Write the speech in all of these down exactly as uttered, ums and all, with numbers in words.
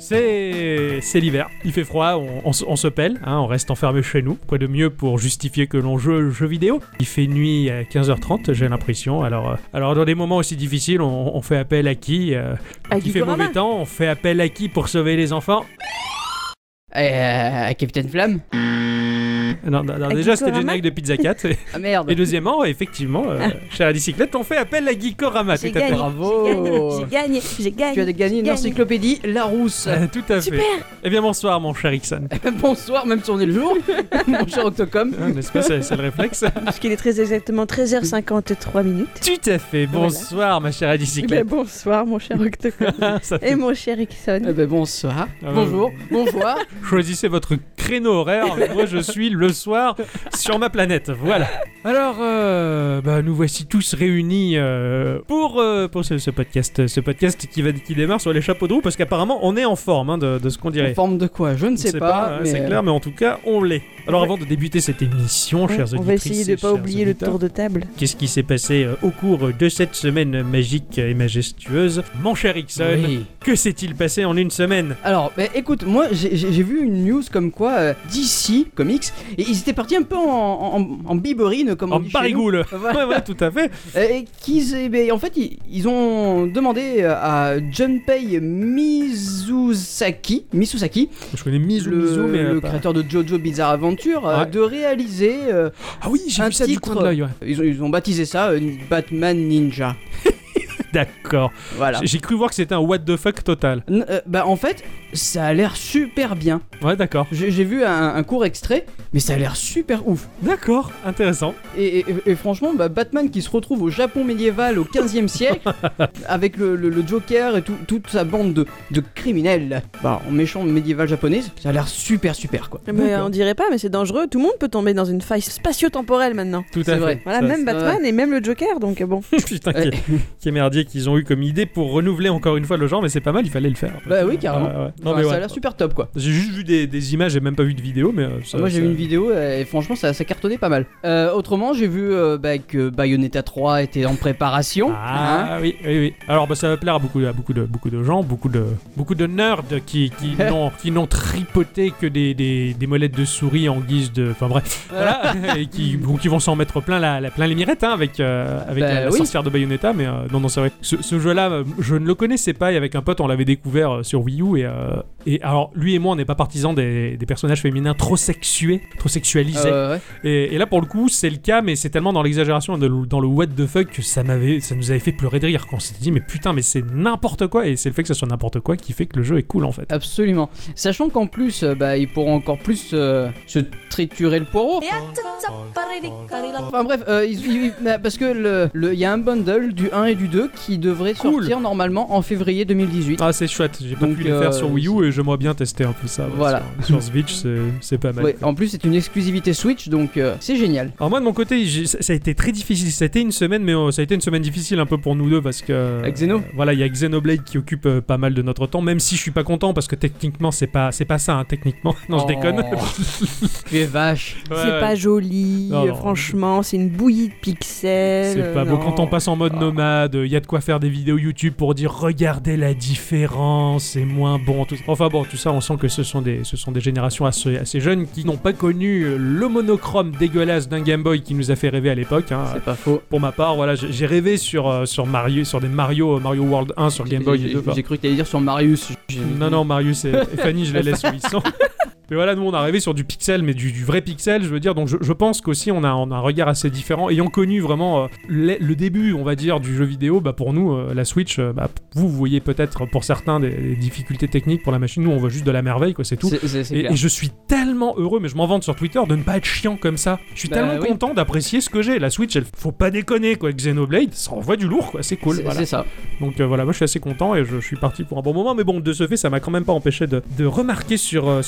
c'est c'est l'hiver, il fait froid, on, on, on se pèle, hein, on reste enfermé chez nous. Quoi de mieux pour justifier que l'on joue aux jeux vidéo? Il fait nuit à quinze heures trente, j'ai l'impression. Alors, euh, alors dans des moments aussi difficiles, on, on fait appel à qui euh, À Il fait mauvais temps, on fait appel à qui pour sauver les enfants? Euh, Capitaine Flamme. Non, non, non, À déjà c'était le Geekorama générique de Pizza Cat. Et, Ah merde. et deuxièmement, effectivement, euh, chère bicyclette, on fait appel à Geekorama. J'ai Tout à fait. gagné, Bravo. j'ai gagné, j'ai gagné, Tu as gagné une gagné. encyclopédie Larousse. Euh, tout à Super. fait. Eh bien bonsoir mon cher Ixon. Bonsoir, même si on est le jour, mon cher Octocom. Hein, n'est-ce pas, c'est, c'est le réflexe. Parce qu'il est très exactement treize heures cinquante-trois minutes. Tout à fait. Bonsoir ma chère Eh ben, bicyclette. bonsoir mon cher Octocom. Ça fait- Et mon cher Ixon. Eh ben bonsoir, Ah, bonjour, bonsoir. Choisissez votre créneau horaire. Moi, je suis le soir sur ma planète. Voilà. Alors, euh, bah, nous voici tous réunis euh, pour, euh, pour ce, ce podcast, ce podcast qui, va, qui démarre sur les chapeaux de roue, parce qu'apparemment, on est en forme hein, de, de ce qu'on dirait. En forme de quoi? Je ne Je sais, pas, hein, mais c'est clair, mais en tout cas, on l'est. Alors, avant de débuter cette émission, chers On auditrices va essayer de et ne pas chers oublier le auditeurs, tour de table. qu'est-ce qui s'est passé euh, au cours de cette semaine magique et majestueuse? Mon cher Ixon, Oui. que s'est-il passé en une semaine? Alors, bah, écoute, moi j'ai, j'ai- j'ai vu une news comme quoi euh, D C Comics, et ils étaient partis un peu en, en, en biberine, comme on En dit chez nous. barigoule. Voilà. Ouais, ouais, tout à fait. Et qu'ils, eh ben, en fait, ils, ils ont demandé à Junpei Mizusaki, Mizusaki, Je connais Mizu le, Mizu, mais. euh, le pas- créateur de Jojo Bizarre Adventure, euh, Ouais. de réaliser euh, Ah oui, j'ai un vu ça du titre. coin de l'œil, ouais. Ils ont, ils ont baptisé ça euh, Batman Ninja. D'accord. Voilà. J'ai- J'ai cru voir que c'était un what the fuck total. N- euh, bah en fait, ça a l'air super bien. Ouais, d'accord. J'ai, j'ai vu un, un court extrait, mais ça a l'air super ouf. D'accord, intéressant. Et, et- et franchement, bah, Batman qui se retrouve au Japon médiéval au quinzième siècle, avec le, le- le Joker et tout- toute sa bande de, de criminels, bah, en méchant médiéval japonais, ça a l'air super super quoi. Mais D'accord. on dirait pas, mais c'est dangereux. Tout le monde peut tomber dans une faille spatio-temporelle maintenant. Tout C'est à fait. vrai. Voilà, Ça, même c'est Batman et même le Joker, donc bon. Putain, qui, qui est merdier qu'ils ont eu comme idée pour renouveler encore une fois le genre, mais c'est pas mal, il fallait le faire. Bah oui, carrément. Ouais, ouais. Non, Enfin, mais ça ouais. a l'air super top quoi. J'ai juste vu des, des images, j'ai même pas vu de vidéo, mais. euh, ça- Moi j'ai ça- vu une vidéo euh, et franchement ça, ça cartonnait pas mal. Euh, autrement, j'ai vu euh, bah, que Bayonetta trois était en préparation. hein. Ah oui, oui, oui. Alors bah, ça va plaire à beaucoup, à beaucoup de, beaucoup de gens, beaucoup de, beaucoup de nerds qui, qui n'ont, qui n'ont tripoté que des, des, des molettes de souris en guise de, enfin bref, voilà, et qui, bon, qui vont s'en mettre plein la, la- plein les mirettes hein, avec, euh, avec Bah la, la oui. sorcière de Bayonetta, mais euh, non non c'est vrai. Ce, ce jeu-là, euh, je ne le connaissais pas et avec un pote on l'avait découvert euh, sur Wii U et, euh, et alors lui et moi on n'est pas partisans des, des personnages féminins trop sexués, trop sexualisés. Euh, ouais. Et, et là pour le coup c'est le cas, mais c'est tellement dans l'exagération, de le- dans le what the fuck que ça m'avait, ça nous avait fait pleurer de rire quand on s'était dit mais putain mais c'est n'importe quoi, et c'est le fait que ça soit n'importe quoi qui fait que le jeu est cool en fait. Absolument. Sachant qu'en plus, euh, bah, ils pourront encore plus euh, se triturer le poireau. Enfin bref, euh, ils- ils- bah, parce que le, le- il y a un bundle du un et du deux qui devrait Cool. sortir normalement en février deux mille dix-huit. Ah c'est chouette, j'ai pas Donc, pu les euh, faire sur Wii U et j'aimerais bien tester un peu ça. ouais, Voilà. Sur, sur Switch c'est, c'est pas mal. Ouais, en plus c'est une exclusivité Switch donc euh, c'est génial. Alors moi de mon côté j'ai- ça ça a été très difficile, ça a été une semaine mais euh, ça a été une semaine difficile un peu pour nous deux parce que Avec Xeno. euh, voilà il y a Xenoblade qui occupe euh, pas mal de notre temps, même si je suis pas content parce que techniquement c'est pas c'est pas ça hein, techniquement. Non je déconne. Tu es vache. Ouais, C'est ouais. pas joli, Non, non. franchement, c'est une bouillie de pixels. C'est pas euh, beau. non. Quand on passe en mode nomade, il y a de quoi faire des vidéos YouTube pour dire regardez la différence, c'est moins bon. Tout... Enfin bon, tout ça, on sent que ce sont des, ce sont des générations assez, assez jeunes qui n'ont pas connu le monochrome dégueulasse d'un Game Boy qui nous a fait rêver à l'époque. hein. C'est pas faux. Pour ma part, voilà, j'ai j'ai rêvé sur, euh, sur Mario, sur des Mario, Mario World un sur Game Boy et J'ai- deux. J'ai cru que t'allais dire sur Marius. J'ai- Non, non, Marius et, et Fanny, je les laisse où ils sont. Mais voilà, nous on est arrivé sur du pixel, mais du, du vrai pixel, je veux dire. Donc je, je pense qu'aussi on a, on a un regard assez différent. Ayant connu vraiment euh, le, le début, on va dire, du jeu vidéo, bah pour nous, euh, la Switch, euh, bah, vous, vous voyez peut-être pour certains des, des difficultés techniques pour la machine. Nous, on voit juste de la merveille, quoi, c'est tout. C'est- c'est- c'est Et, clair. et je suis tellement heureux, mais je m'en vante sur Twitter, de ne pas être chiant comme ça. Je suis Bah tellement oui. content d'apprécier ce que j'ai. La Switch, elle, faut pas déconner, quoi. Xenoblade, ça envoie du lourd, quoi. C'est cool. C'est- Voilà. c'est ça. Donc euh, voilà, moi je suis assez content et je, je suis parti pour un bon moment. Mais bon, de ce fait, ça m'a quand même pas empêché de, de remarquer sur, euh, sur internet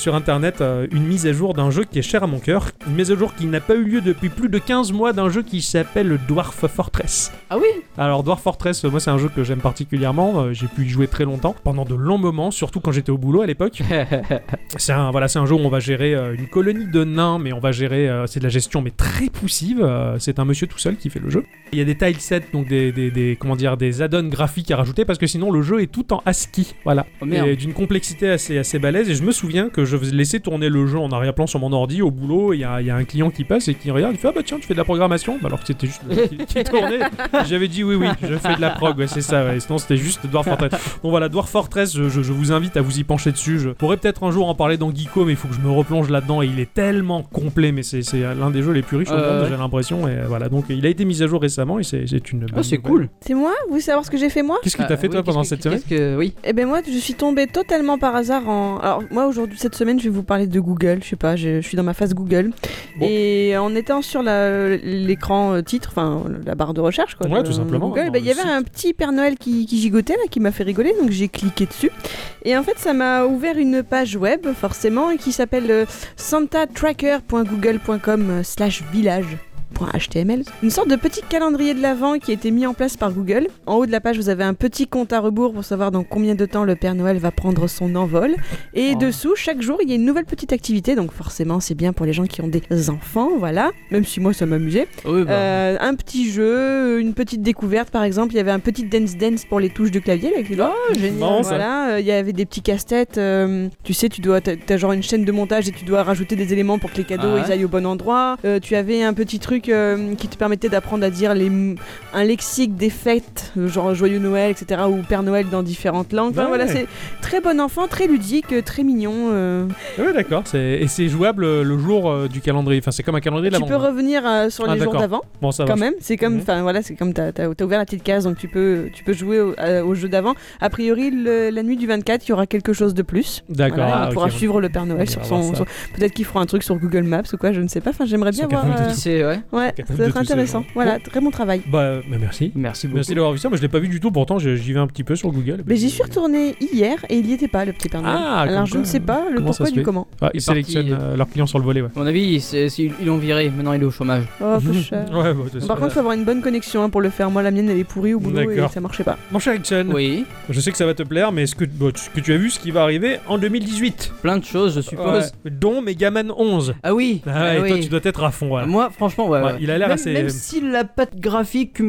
connaître euh, une mise à jour d'un jeu qui est cher à mon cœur. Une mise à jour qui n'a pas eu lieu depuis plus de quinze mois d'un jeu qui s'appelle Dwarf Fortress. Ah oui. Alors Dwarf Fortress, moi c'est un jeu que j'aime particulièrement, euh, j'ai pu y jouer très longtemps, pendant de longs moments, surtout quand j'étais au boulot à l'époque. c'est, un, voilà, c'est un jeu où on va gérer euh, une colonie de nains, mais on va gérer, euh, c'est de la gestion mais très poussive, euh, c'est un monsieur tout seul qui fait le jeu. Il y a des tilesets, donc des, des, des, comment dire, des add-ons graphiques à rajouter, parce que sinon le jeu est tout en ASCII, voilà. Oh, merde. Et d'une complexité assez, assez balèze, et je me souviens que je laissais tourner le jeu en arrière-plan sur mon ordi au boulot, il y a, y a un client qui passe et qui regarde, il fait « Ah bah tiens, tu fais de la programmation ?» bah, alors que c'était juste le jeu qui, qui tournait. J'avais dit « Oui, oui, je fais de la prog, ouais, c'est ça, ouais. » Sinon c'était juste Dwarf Fortress. Donc voilà, Dwarf Fortress, je, je, je vous invite à vous y pencher dessus. Je pourrais peut-être un jour en parler dans Geeko, mais il faut que je me replonge là-dedans, et il est tellement complet, mais c'est, c'est l'un des jeux les plus riches au Euh, monde, ouais. j'ai l'impression. Et voilà, donc il a été mis à jour récemment, et c'est, c'est une bonne Ah, c'est nouvelle. cool. C'est moi? Vous voulez savoir ce que j'ai fait moi? Qu'est-ce que t'as Ah, fait oui, toi pendant qu'est-ce cette que- semaine? qu'est-ce que... Oui. Eh ben moi, je suis tombée totalement par hasard en... Alors moi, aujourd'hui, cette semaine, je vais vous parler de Google. Je sais pas, je, je suis dans ma phase Google. Bon. Et en étant sur la, l'écran euh, titre, enfin la barre de recherche, quoi. Ouais, de- tout simplement, de Google, dans ben, il y le avait site. un petit Père Noël qui, qui gigotait, là, qui m'a fait rigoler. Donc j'ai cliqué dessus. Et en fait, ça m'a ouvert une page web, forcément, et qui s'appelle euh, santatracker point google point com slash village. .html. Une sorte de petit calendrier de l'Avent qui a été mis en place par Google. En haut de la page, vous avez un petit compte à rebours pour savoir dans combien de temps le Père Noël va prendre son envol. Et Oh. dessous, chaque jour, il y a une nouvelle petite activité. Donc forcément, c'est bien pour les gens qui ont des enfants, voilà. Même si moi, ça m'amusait. Oui, bah. Euh, un petit jeu, une petite découverte, par exemple. Il y avait un petit dance dance pour les touches de clavier avec les doigts. Oh, génial. Marrant, ça. Voilà, euh, il y avait des petits casse-têtes. euh, tu sais, tu dois, t'as, t'as genre une chaîne de montage et tu dois rajouter des éléments pour que les cadeaux Ah ouais. ils aillent au bon endroit. Euh, tu avais un petit truc euh, qui te permettait d'apprendre à dire les, m- un lexique des fêtes, euh, genre Joyeux Noël, et cetera, ou Père Noël dans différentes langues. Enfin, Ouais. voilà, c'est très bon enfant, très ludique, euh, très mignon. euh. Ouais, d'accord, c'est... et c'est jouable euh, le jour euh, du calendrier, enfin c'est comme un calendrier de Tu l'avant. peux revenir euh, sur Ah, les jours d'accord. d'avant. Bon, ça va. Quand même, c'est comme, Mhm. enfin voilà, c'est comme t'as, t'as, t'as ouvert la petite case, donc tu peux, tu peux jouer au, à- au jeu d'avant. A priori, le- la nuit du vingt-quatre, il y aura quelque chose de plus. D'accord. Voilà, ah, on pourra ok. suivre le Père On Noël va sur voir son, ça. sur- peut-être qu'ils feront un truc sur Google Maps ou quoi, je ne sais pas. Enfin, j'aimerais bien Sont voir. capables de euh, Qui c'est, ouais. Ouais, ça capable doit de être tous ces intéressant. gens. Voilà, Bon. très bon travail. Bah, bah, merci. Merci beaucoup. Merci d'avoir vu ça, moi je l'ai pas vu du tout, pourtant je- j'y vais un petit peu sur Google. Mais j'y suis retourné hier et il y était pas, le petit Père Noël. Ah, comme Alors je quoi, ne sais pas le comment ça pourquoi se du fait comment. Ah, ils C'est parti. sélectionnent euh, leurs clients sur le volet, ouais. À mon avis, c'est, c'est- ils l'ont viré. Maintenant, il est au chômage. Oh, peu cher. Ouais, bah, c'est Par ça. contre, faut avoir une bonne connexion hein, pour le faire. Moi, la mienne, elle est pourrie au boulot et D'accord. ça marchait pas. Mon cher Ixon, Oui. je sais que ça va te plaire, mais est-ce que, bon, tu- que tu as vu ce qui va arriver en deux mille dix-huit Plein de choses, je suppose. Ouais, dont Megaman onze. Ah oui. Ah, ah et oui. toi, tu dois être à fond, voilà. Moi, franchement, ouais. Ouais, ouais. il a l'air même, assez- Même si la patte graphique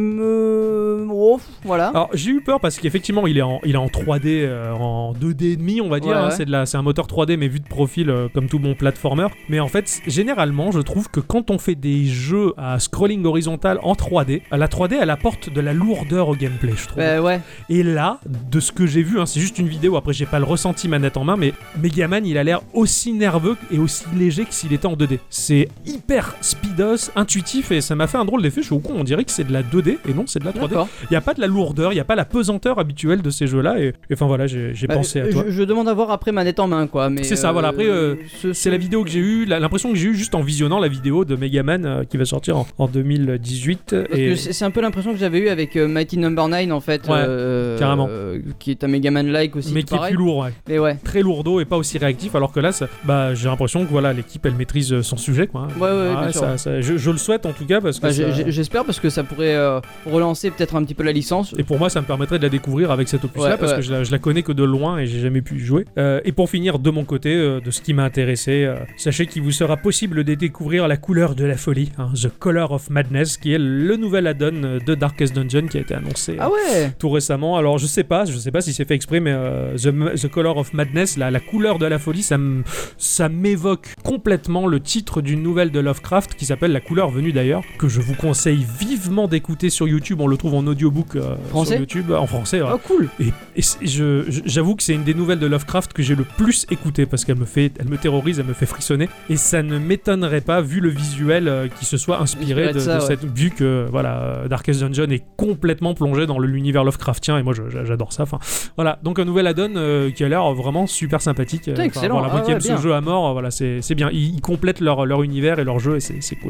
me. Oh, voilà. Alors j'ai eu peur parce qu'effectivement il est en, il est en trois D, euh, en deux D et demi on va dire, Ouais, hein, ouais. c'est, de la, c'est un moteur trois D mais vu de profil euh, comme tout bon platformer. Mais en fait c- généralement je trouve que quand on fait des jeux à scrolling horizontal en trois D, la trois D elle apporte de la lourdeur au gameplay je trouve. Bah ouais. Et là, de ce que j'ai vu, hein, c'est juste une vidéo, après j'ai pas le ressenti manette en main, mais Megaman il a l'air aussi nerveux et aussi léger que s'il était en deux D. C'est hyper speedos, intuitif et ça m'a fait un drôle d'effet, je suis au con, on dirait que c'est de la deux D et non c'est de la trois D. D'accord. Il n'y a pas de la lourdeur, il n'y a pas la pesanteur habituelle de ces jeux-là. Et et enfin voilà, j'ai, j'ai Bah, pensé à toi. Je, je demande à voir après manette en main, quoi. Mais C'est ça, voilà. Après, euh, ce- C'est la vidéo que j'ai eue, la- l'impression que j'ai eue juste en visionnant la vidéo de Megaman euh, qui va sortir en, en deux mille dix-huit. Parce Et que c'est c'est un peu l'impression que j'avais eu avec euh, Mighty Number nine en fait, Ouais, euh, carrément. euh, qui est un Megaman-like aussi. mais tout qui est pareil. plus lourd, ouais. Mais ouais. Très lourdeau et pas aussi réactif, alors que là, ça- bah, j'ai l'impression que voilà, l'équipe elle maîtrise euh, son sujet, quoi. Ouais, ouais, Ah, bien sûr. ça- ça- je, je le souhaite en tout cas parce que. Bah, ça- j'ai- j'ai- J'espère parce que ça pourrait euh, relancer peut-être un petit peu la licence. Et pour moi, ça me permettrait de la découvrir avec cet opus-là Ouais, parce ouais. que je la, je la connais que de loin et j'ai jamais pu y jouer. Euh, et pour finir, de mon côté, euh, de ce qui m'a intéressé, euh, sachez qu'il vous sera possible de découvrir la couleur de la folie, hein, The Color of Madness, qui est le nouvel add-on euh, de Darkest Dungeon qui a été annoncé. Ah euh, ouais. tout récemment. Alors je sais pas, je sais pas si c'est fait exprès, mais euh, the, the Color of Madness, la, la couleur de la folie, ça, m- ça m'évoque complètement le titre d'une nouvelle de Lovecraft qui s'appelle La couleur venue d'ailleurs, que je vous conseille vivement d'écouter sur YouTube. On le trouve en audiobook euh, Français sur YouTube, en français. Ouais. Oh cool. Et, et c'est- je, je- j'avoue que c'est une des nouvelles de Lovecraft que j'ai le plus écouté parce qu'elle me fait, elle me terrorise, elle me fait frissonner. Et ça ne m'étonnerait pas, vu le visuel, euh, qui se soit inspiré Inspiré de, de ça, de ouais. cette, vu que voilà, euh, Darkest Dungeon est complètement plongé dans le- l'univers Lovecraftien et moi je- je- j'adore ça. Enfin, voilà, donc un nouvel add-on euh, qui a l'air vraiment super sympathique. Putain, excellent. Voilà, Ah moi qui aime ouais, ce bien. jeu à mort, euh, voilà, c'est, c'est bien. Ils, ils complètent leur, leur univers et leur jeu et c'est, c'est cool. C'est ce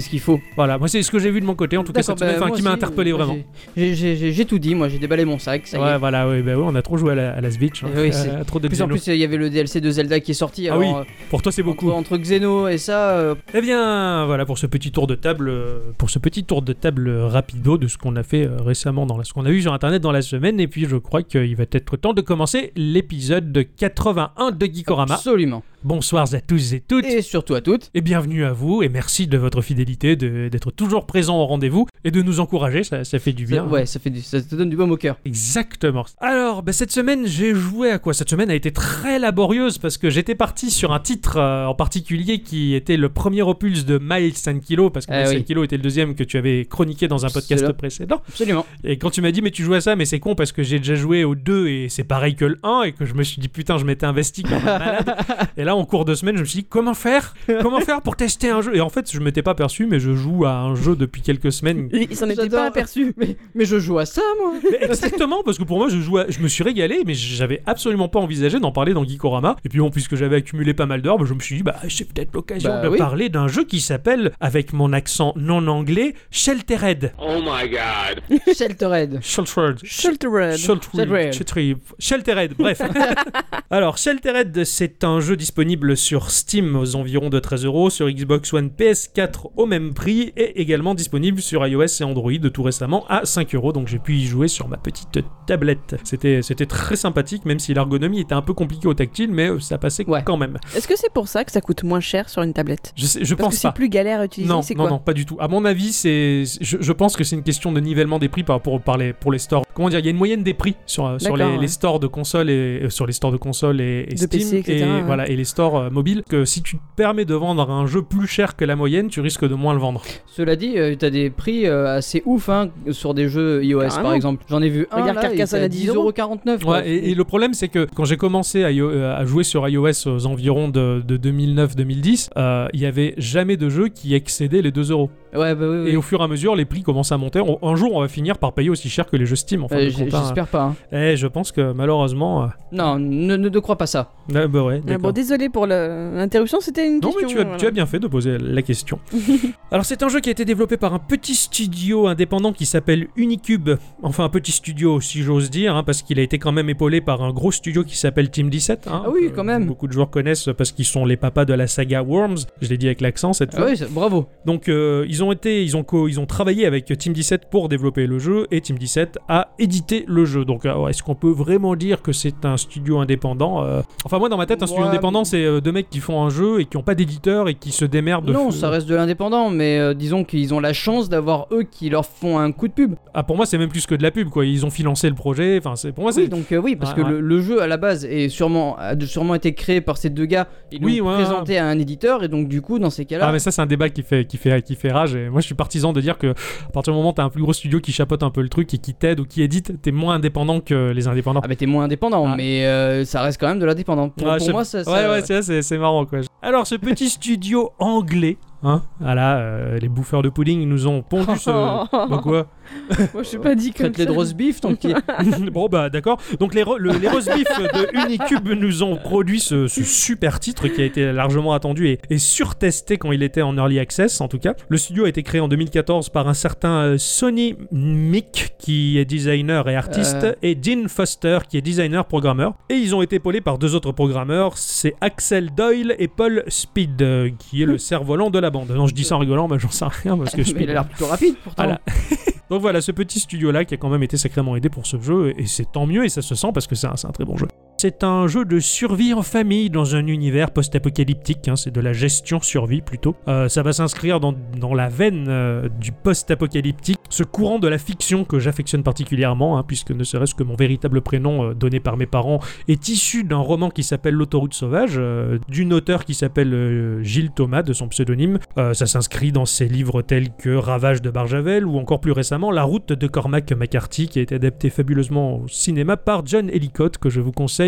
qu'il faut. Voilà, moi c'est ce que j'ai vu de mon côté, en tout cas D'accord, cette semaine, bah, enfin, moi qui m'a aussi, interpellé euh, vraiment. J'ai, j'ai, j'ai, j'ai tout dit, moi j'ai déballé mon sac, ça y Ouais, est. voilà, oui, bah oui, on a trop joué à la, à la Switch. Hein. Eh oui, c'est- Euh, trop de Plus en Xeno. plus, il y avait le D L C de Zelda qui est sorti. Ah alors, oui, euh, pour toi c'est beaucoup. Entre, entre Xeno et ça, euh, Eh bien, voilà pour ce petit tour de table, euh, pour ce petit tour de table euh, rapido de ce qu'on a fait euh, récemment, dans la, ce qu'on a vu sur internet dans la semaine. Et puis je crois qu'il va être temps de commencer l'épisode quatre-vingt-un de Geekorama. absolument. Bonsoir à tous et toutes. Et surtout à toutes. Et bienvenue à vous, et merci de votre fidélité, de- d'être toujours présent au rendez-vous et de nous encourager, ça, ça fait du bien. Ça- ouais, ça, fait du, ça te donne du baume au cœur. Exactement. Alors, bah, cette semaine, j'ai joué à quoi? Cette semaine a été très laborieuse parce que j'étais parti sur un titre euh, en particulier qui était le premier opus de Miles cinq kilos, parce que Ah Miles oui. cinq kilos était le deuxième que tu avais chroniqué dans un podcast C'est là. précédent. Absolument. Et quand tu m'as dit, mais tu joues à ça, mais c'est con parce que j'ai déjà joué au deux et c'est pareil que le un, et que je me suis dit, putain, je m'étais investi comme un malade. Et là, en cours de semaine, je me suis dit, comment faire Comment faire pour tester un jeu? Et en fait, je m'étais pas perçu, mais je joue à un jeu depuis quelques semaines. Il s'en était J'adore. pas aperçu. Mais, mais je joue à ça, moi. Mais exactement, parce que pour moi, je, joue à- je me suis régalé, mais j'avais absolument pas envisagé d'en parler dans Geekorama. Et puis bon, puisque j'avais accumulé pas mal d'heures, bah, je me suis dit, bah, c'est peut-être l'occasion Bah de oui. parler d'un jeu qui s'appelle, avec mon accent non anglais, Sheltered. Oh my god. Sheltered. Sheltered. Sheltered. Sheltered. Sheltered. Sheltered, bref. Alors, Sheltered, c'est un jeu disponible sur Steam aux environs de treize euros, sur Xbox One, P S quatre au même prix, et également disponible sur iOS et Android tout récemment à cinq euros. Donc j'ai pu y jouer sur ma petite tablette. C'était, c'était très sympathique, même si l'ergonomie était un peu compliquée au tactile, mais ça passait Ouais. quand même. Est-ce que c'est pour ça que ça coûte moins cher sur une tablette? Je, sais- je Parce pense que c'est pas. plus galère à utiliser, Non, c'est non, quoi? non, pas du tout. À mon avis, c'est, je, je pense que c'est une question de nivellement des prix par rapport au- par les, pour les stores. Comment dire, il y a une moyenne des prix sur, euh, sur les, D'accord, ouais. les stores de consoles et euh, sur les stores de consoles et, et De Steam P C, et cetera, et ouais. voilà et les stores euh, mobiles. Que si tu te permets de vendre un jeu plus cher que la moyenne, tu risques de moins le vendre. Cela dit, euh, t'as des prix euh, assez ouf hein, sur des jeux iOS Carrément. par exemple. J'en ai vu un Regarde là, Carcassonne il était à dix euros. quarante-neuf. Ouais, et, et le problème c'est que quand j'ai commencé à, io- à jouer sur iOS aux environs de, de deux mille neuf deux mille dix, euh, il y avait jamais de jeu qui excédait les deux euros. Ouais, bah oui, oui. Et au fur et à mesure, les prix commencent à monter. On- un jour, on va finir par payer aussi cher que les jeux Steam. Enfin, Euh, de j'- compte, hein. J'espère pas. hein. Eh, je pense que malheureusement. euh, Non, ne, ne te crois pas ça. ah, bah ouais, Ah d'accord. bon, désolé pour le- l'interruption, c'était une Non, question. mais tu as, voilà. tu as bien fait de poser la question. Alors, c'est un jeu qui a été développé par un petit studio indépendant qui s'appelle Unicube. Enfin, un petit studio, si j'ose dire, hein, parce qu'il a été quand même épaulé par un gros studio qui s'appelle Team dix-sept. Hein, Ah oui, que quand même. Beaucoup de joueurs connaissent parce qu'ils sont les papas de la saga Worms. Je l'ai dit avec l'accent cette fois. Ah oui, ça- bravo. Donc, euh, ils ont été, ils ont, co- ils ont travaillé avec Team dix-sept pour développer le jeu et Team dix-sept a édité le jeu. Donc, euh, est-ce qu'on peut vraiment dire que c'est un studio indépendant Euh, Enfin, moi, dans ma tête, un studio Ouais. indépendant, c'est euh, deux mecs qui font un jeu et qui n'ont pas d'éditeur et qui se démerdent. de Non, f- ça reste de l'indépendant, mais euh, disons qu'ils ont la chance d'avoir eux qui leur font un coup de pub. Ah, pour moi, c'est même plus que de la pub, quoi. Ils ont financé le projet. Enfin, c'est pour moi, c'est. Oui, donc euh, oui, parce Ouais, que ouais. Le, le jeu à la base est sûrement, a de- sûrement été créé par ces deux gars. Ils Oui, l'ont ouais, présenté à un éditeur, et donc du coup, dans ces cas-là. Ah, mais ça, c'est un débat qui fait, qui fait, qui fait rage. Et moi, je suis partisan de dire que à partir du moment où t'as un plus gros studio qui chapeaute un peu le truc et qui t'aide ou qui édite, t'es moins indépendant que les indépendants. Ah bah t'es moins indépendant, Ah. mais euh, ça reste quand même de l'indépendant. Pour, Ouais, pour je- moi, ça, ça- Ouais, ouais, c'est, c'est, c'est marrant, quoi. Alors, ce petit studio anglais, hein, voilà, euh, les bouffeurs de pudding nous ont pondu ce. Bah, quoi Moi, je suis pas dit comme Faites les ça. de roast beef, tant qu'il y a- Bon, bah, d'accord. Donc, les, ro- le- les roast beef de Unicube nous ont produit ce, ce super titre qui a été largement attendu et, et surtesté quand il était en early access, en tout cas. Le studio a été créé en deux mille quatorze par un certain euh, Sonny Mick, qui est designer et artiste, Euh. et Dean Foster, qui est designer programmeur. Et ils ont été épaulés par deux autres programmeurs, c'est Axel Doyle et Paul Speed, euh, qui est le cerf-volant de la bande. Non, je dis ça en rigolant, mais j'en sais rien, parce que Mais Speed... il a l'air plutôt rapide pourtant. Voilà. Donc voilà, ce petit studio-là qui a quand même été sacrément aidé pour ce jeu, et c'est tant mieux, et ça se sent parce que c'est un, c'est un très bon jeu. C'est un jeu de survie en famille dans un univers post-apocalyptique, hein, c'est de la gestion-survie plutôt. Euh, ça va s'inscrire dans, dans la veine euh, du post-apocalyptique, ce courant de la fiction que j'affectionne particulièrement, hein, puisque ne serait-ce que mon véritable prénom euh, donné par mes parents est issu d'un roman qui s'appelle L'autoroute sauvage, euh, d'une auteure qui s'appelle euh, Gilles Thomas, de son pseudonyme. Euh, ça s'inscrit dans ses livres tels que Ravage de Barjavel, ou encore plus récemment La route de Cormac McCarthy, qui a été adapté fabuleusement au cinéma par John Ellicott, que je vous conseille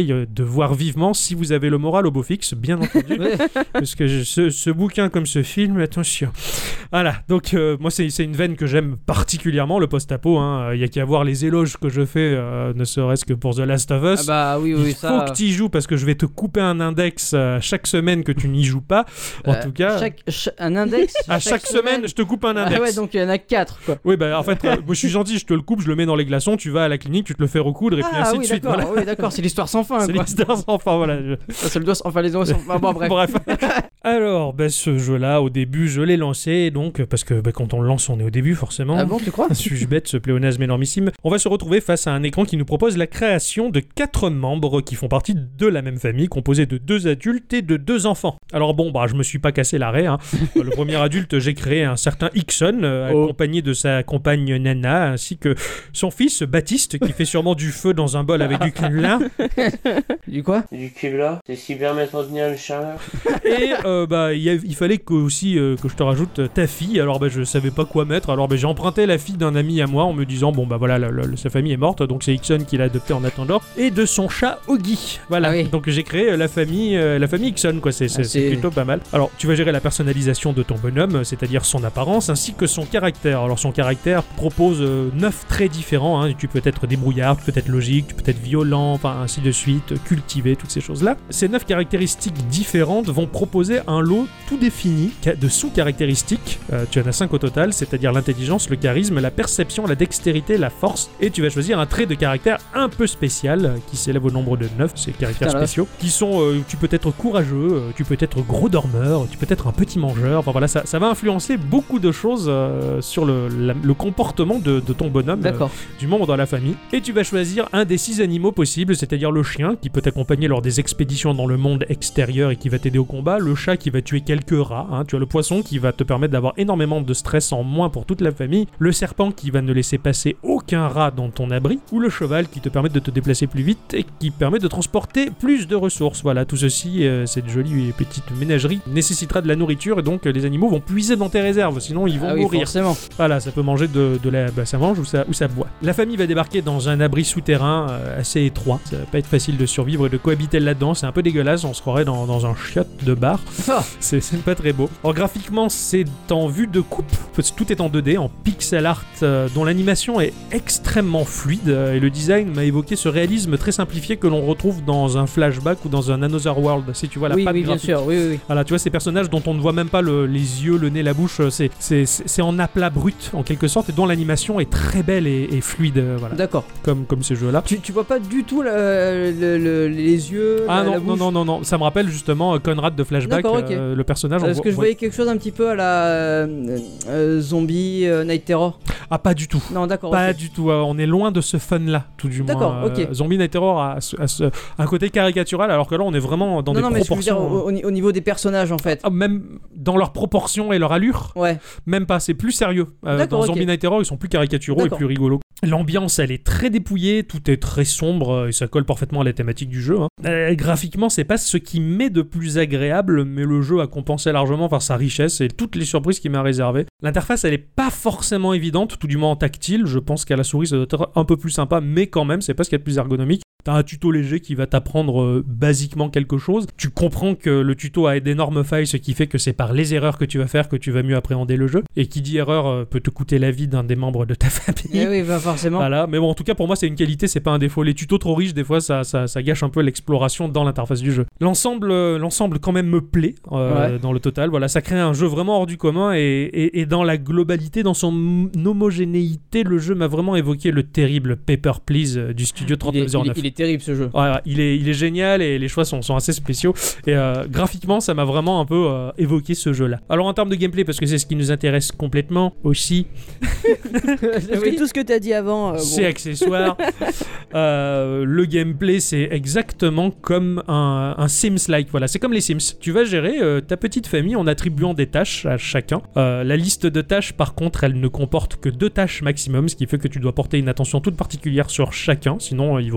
conseille de voir vivement si vous avez le moral au beau fixe, bien entendu. Ouais. Parce que je- ce, ce bouquin comme ce film, attention. Voilà, donc euh, moi c'est, c'est une veine que j'aime particulièrement, le post-apo. Hein. Il y a qu'à voir les éloges que je fais, euh, ne serait-ce que pour The Last of Us. Ah bah oui, oui, Il ça. faut que tu y joues parce que je vais te couper un index euh, chaque semaine que tu n'y joues pas. En Euh, tout cas, chaque, cha- un index. à chaque, semaine, je te coupe un index. Ah ouais, donc il y en a quatre quoi. Oui, bah en fait, euh, moi je suis gentil, je te le coupe, je le mets dans les glaçons, tu vas à la clinique, tu te le fais recoudre et puis Ah ainsi oui, de suite. d'accord, Voilà. oui, d'accord, c'est l'histoire sans fin C'est quoi. l'histoire sans fin, voilà. je- Ah, c'est le doigt, enfin les doigts sans fin. Bon, bref. Bref. Alors, bah, ce jeu-là, au début, je l'ai lancé, donc, parce que bah, quand on le lance, on est au début, forcément. Ah bon, tu crois? Suis-je bête, ce pléonasme énormissime. On va se retrouver face à un écran qui nous propose la création de quatre membres qui font partie de la même famille, composée de deux adultes et de deux enfants. Alors bon, bah, je me suis pas cassé l'arrêt. Hein. Le premier adulte, j'ai créé un certain Ixon, euh, Oh. accompagné de sa compagne Nana, ainsi que son fils Baptiste, qui fait sûrement du feu dans un bol avec du cumulin. Du quoi? Du cube là, c'est si bien mettre en tenir le chaleur. Et euh, bah, il, y a- il fallait que, aussi euh, que je te rajoute euh, ta fille. Alors bah, je savais pas quoi mettre. Alors bah, j'ai emprunté la fille d'un ami à moi en me disant bon bah voilà, la- la- sa famille est morte, donc c'est Ixon qui l'a adopté en attendant. Et de son chat Oggy. Voilà. Ah oui. Donc j'ai créé euh, la famille, euh, la famille Ixon quoi. C'est, c'est- Ah, c'est c'est- plutôt pas mal. Alors tu vas gérer la personnalisation de ton bonhomme, c'est-à-dire son apparence ainsi que son caractère. Alors son caractère propose euh, neuf traits différents. Hein. Tu peux être débrouillard, tu peux être logique, tu peux être violent, enfin ainsi de suite, cultivé, toutes ces choses-là. Ces neuf caractéristiques différentes vont proposer un lot tout défini ca- de sous-caractéristiques. Euh, tu en as cinq au total, c'est-à-dire l'intelligence, le charisme, la perception, la dextérité, la force. Et tu vas choisir un trait de caractère un peu spécial euh, qui s'élève au nombre de neuf, ces caractères Putain, la spéciaux, qui sont, euh, tu peux être courageux, euh, tu peux être gros dormeur, tu peux être un petit mangeur. Enfin voilà, ça, ça va influencer beaucoup de choses euh, sur le, la- le comportement de, de ton bonhomme. euh, D'accord. du membre dans la famille. Et tu vas choisir un des six animaux possibles, c'est-à-dire le chien qui peut t'accompagner lors des expéditions dans le monde extérieur et qui va t'aider au combat, le chat qui va tuer quelques rats, hein. Tu as le poisson qui va te permettre d'avoir énormément de stress en moins pour toute la famille, le serpent qui va ne laisser passer aucun rat dans ton abri, ou le cheval qui te permet de te déplacer plus vite et qui permet de transporter plus de ressources. Voilà, tout ceci, euh, cette jolie petite ménagerie nécessitera de la nourriture et donc euh, les animaux vont puiser dans tes réserves, sinon ils vont Ah oui, mourir. forcément. Voilà, ça peut manger de, de la... Bah, ça mange ou ça, ou ça boit. La famille va débarquer dans un abri souterrain euh, assez étroit. Ça va pas être facile de survivre et de cohabiter là-dedans. C'est un peu dégueulasse, on se croirait dans, dans un chiotte de bar. Ah. C'est, c'est pas très beau. Alors graphiquement, c'est en vue de coupe. Tout est en deux D, en pixel art, euh, dont l'animation est extrêmement fluide. euh, et le design m'a évoqué ce réalisme très simplifié que l'on retrouve dans un flashback ou dans un Another World. Si tu vois la Oui, patte oui, bien graphique. sûr, oui, oui, oui. Voilà, tu vois ces personnages dont on ne voit même pas le- les yeux, le nez, la bouche, c'est, c'est, c'est, c'est en aplat brut en quelque sorte et dont l'animation est très belle et, et fluide, euh, voilà, D'accord. comme, comme ces jeux-là. Tu, tu vois pas du tout le- le- le- les yeux, Ah la, non, la non, bouche. non, non, non, ça me rappelle justement euh, Conrad de Flashback, D'accord, ok. euh, le personnage. on Parce voit- que je voit- voyais quelque chose un petit peu à la euh, euh, zombie euh, Night Terror. Ah, pas du tout. Non, d'accord. Pas ok. du tout, euh, on est loin de ce fun-là, tout du moins. D'accord, Euh, ok. Zombie Night Terror a, ce- a ce- un côté caricatural, alors que là, on est vraiment dans non, des non, mais je veux dire proportions. au, au- au niveau des personnages en fait. Ah, même dans leurs proportions et leur allure, Ouais. même pas, c'est plus sérieux. Euh, D'accord, dans ok. Zombie Night Terror, ils sont plus caricaturaux et D'accord. plus rigolos. L'ambiance, elle est très dépouillée, tout est très sombre euh, et ça colle parfaitement à la thématique du jeu. Hein. Euh, graphiquement, c'est pas ce qui met de plus agréable, mais le jeu a compensé largement par sa richesse et toutes les surprises qu'il m'a réservées. L'interface, elle est pas forcément évidente, tout du moins en tactile. Je pense qu'à la souris, ça doit être un peu plus sympa, mais quand même, c'est pas ce qu'il y a de plus ergonomique. T'as un tuto léger qui va t'apprendre euh, basiquement quelque chose. Tu comprends que le tuto a d'énormes failles, ce qui fait que c'est par les erreurs que tu vas faire que tu vas mieux appréhender le jeu. Et qui dit erreur euh, peut te coûter la vie d'un des membres de ta famille. Eh oui, bah forcément. Voilà, mais bon, en tout cas, pour moi, c'est une qualité, c'est pas un défaut. Les tutos trop riches, des fois, ça, ça, ça gâche un peu l'exploration dans l'interface du jeu. L'ensemble, euh, l'ensemble quand même me plaît euh, Ouais. dans le total. Voilà, ça crée un jeu vraiment hors du commun et, et, et dans la globalité, dans son homogénéité, le jeu m'a vraiment évoqué le terrible Paper Please euh, du studio Il est, trente-neuf zéro il est- neuf. il est terrible ce jeu. Ouais, ouais, il, est, il est génial et les choix sont, sont assez spéciaux. Et euh, graphiquement, ça m'a vraiment un peu euh, évoqué ce jeu-là. Alors en termes de gameplay, parce que c'est ce qui nous intéresse complètement aussi, Parce que tout ce que t'as dit avant. euh, bon. c'est accessoire. Euh, le gameplay, c'est exactement comme un, un Sims-like. Voilà, c'est comme les Sims. Tu vas gérer euh, ta petite famille en attribuant des tâches à chacun. Euh, la liste de tâches, par contre, elle ne comporte que deux tâches maximum, ce qui fait que tu dois porter une attention toute particulière sur chacun. Sinon, euh, ils vont rien foutre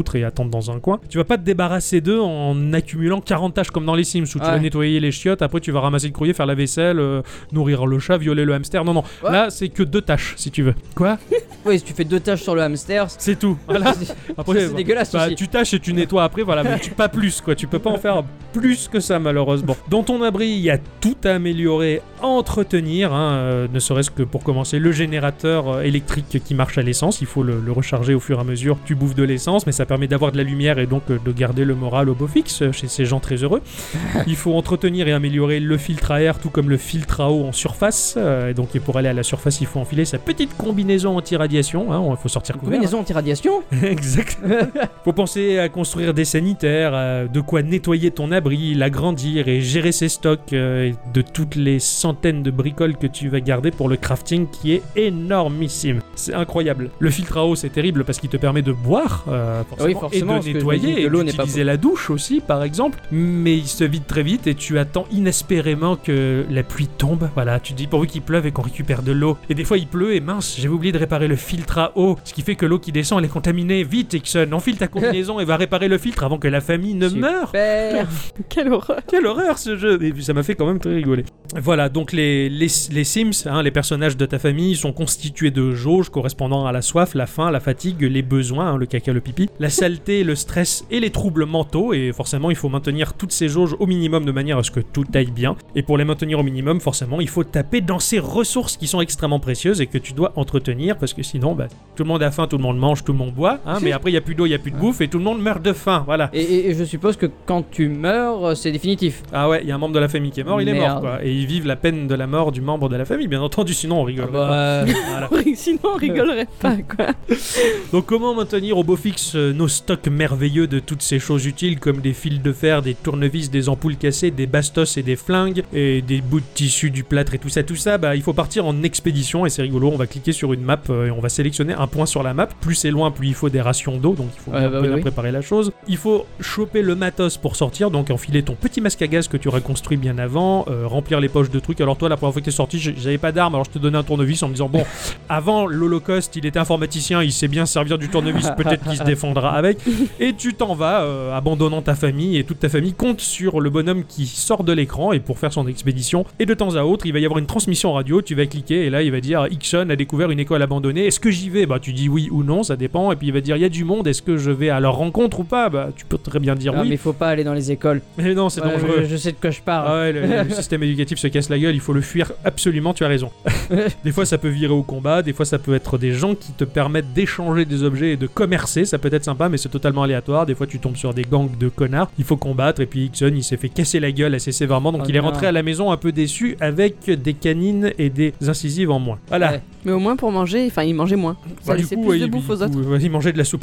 autre et attendre dans un coin. Tu vas pas te débarrasser d'eux en accumulant quarante tâches comme dans les Sims où tu Ouais. vas nettoyer les chiottes, après tu vas ramasser le courrier, faire la vaisselle, euh, nourrir le chat, violer le hamster. Non, non. Ouais. Là, c'est que deux tâches si tu veux. Quoi? Oui, si tu fais deux tâches sur le hamster, c'est C'est tout. Voilà. Après, c'est bah, dégueulasse bah, aussi. tu tâches et tu nettoies après, voilà, mais tu, pas plus quoi, tu peux pas en faire plus que ça malheureusement. Dans ton abri, il y a tout à améliorer, à entretenir, hein, euh, ne serait-ce que pour commencer le générateur euh, électrique qui marche à l'essence, il faut le, le recharger au fur et à mesure, tu bouffes de l'essence, mais ça permet d'avoir de la lumière et donc euh, de garder le moral au beau fixe euh, chez ces gens très heureux. Il faut entretenir et améliorer le filtre à air, tout comme le filtre à eau en surface, euh, et donc et pour aller à la surface, il faut enfiler sa petite combinaison anti-radiation, hein, il faut sortir couvert. Combinaison anti-radiation. Exact. Faut penser à construire des sanitaires, à de quoi nettoyer ton abri, l'agrandir et gérer ses stocks euh, de toutes les centaines de bricoles que tu vas garder pour le crafting qui est énormissime. C'est incroyable. Le filtre à eau, c'est terrible parce qu'il te permet de boire, euh, forcément, Oui, forcément, et parce de que nettoyer, j'imagine que et l'eau n'est pas d'utiliser la douche aussi, par exemple. Mais il se vide très vite et tu attends inespérément que la pluie tombe. Voilà, tu te dis pourvu qu'il pleuve et qu'on récupère de l'eau. Et des fois, il pleut et mince, j'avais oublié de réparer le filtre à eau, ce qui fait que l'eau qui descend, elle est contaminée. Vite, Ixon, enfile ta combinaison et va réparer le filtre avant que la famille ne meure. Super. Quelle horreur. Quelle horreur ce jeu! Et puis ça m'a fait quand même très rigoler. Voilà, donc les, les, les Sims, hein, les personnages de ta famille, sont constitués de jauges correspondant à la soif, la faim, la fatigue, les besoins, hein, le caca, le pipi, la saleté, le stress et les troubles mentaux. Et forcément, il faut maintenir toutes ces jauges au minimum de manière à ce que tout aille bien. Et pour les maintenir au minimum, forcément, il faut taper dans ces ressources qui sont extrêmement précieuses et que tu dois entretenir parce que sinon, bah, tout le monde a faim, tout le monde mange, tout le monde boit, hein, mais après, il n'y a plus d'eau, il n'y a plus de bouffe et tout le monde meurt de faim. Voilà. Et, et- et je suppose que quand tu meurs, c'est définitif. Ah ouais, il y a un membre de la famille qui est mort, il est mort Merde. quoi. Et ils vivent la peine de la mort du membre de la famille, bien entendu, sinon on rigole. Bah, Voilà. Sinon, on rigolerait pas, quoi. Donc comment maintenir au beau fixe euh, nos stocks merveilleux de toutes ces choses utiles comme des fils de fer, des tournevis, des ampoules cassées, des bastos et des flingues et des bouts de tissu, du plâtre et tout ça, tout ça, bah il faut partir en expédition et c'est rigolo, on va cliquer sur une map euh, et on va sélectionner un point sur la map. Plus c'est loin, plus il faut des rations d'eau, donc il faut Ouais, bien, bah bien oui, oui. préparer la chose. Il faut choper le matos pour sortir, donc enfiler ton petit masque à gaz que tu aurais construit bien avant, euh, remplir les poches de trucs. Alors toi, la première fois que t'es sorti, j'ai- j'avais pas d'arme, alors je te donnais un tournevis en me disant bon, avant l'Holocauste, il était informaticien, il sait bien servir du tournevis, peut-être qu'il se défendra avec. Et tu t'en vas, euh, abandonnant ta famille, et toute ta famille compte sur le bonhomme qui sort de l'écran et pour faire son expédition. Et de temps à autre, il va y avoir une transmission radio, tu vas cliquer et là, il va dire Ixon a découvert une école abandonnée. Est-ce que j'y vais? Bah tu dis oui ou non, ça dépend. Et puis il va dire il y a du monde, est-ce que je vais à leur rencontre ou pas? Bah tu peux très bien dire ah, oui. mais faut pas aller dans les écoles. Mais non, c'est Ouais, dangereux. je, je sais de quoi je parle. Ah ouais, le, le système éducatif se casse la gueule, il faut le fuir absolument, tu as raison. Des fois ça peut virer au combat, des fois ça peut être des gens qui te permettent d'échanger des objets et de commercer, ça peut être sympa mais c'est totalement aléatoire, des fois tu tombes sur des gangs de connards, il faut combattre et puis Ixon il s'est fait casser la gueule assez sévèrement donc Oh il est non. rentré à la maison un peu déçu avec des canines et des incisives en moins. Voilà. Ouais. Mais au moins, pour manger, enfin, il mangeait moins. Ça Bah, du laissait coup, plus ouais, de il- bouffe il- aux autres. ouais, il mangeait de la soupe.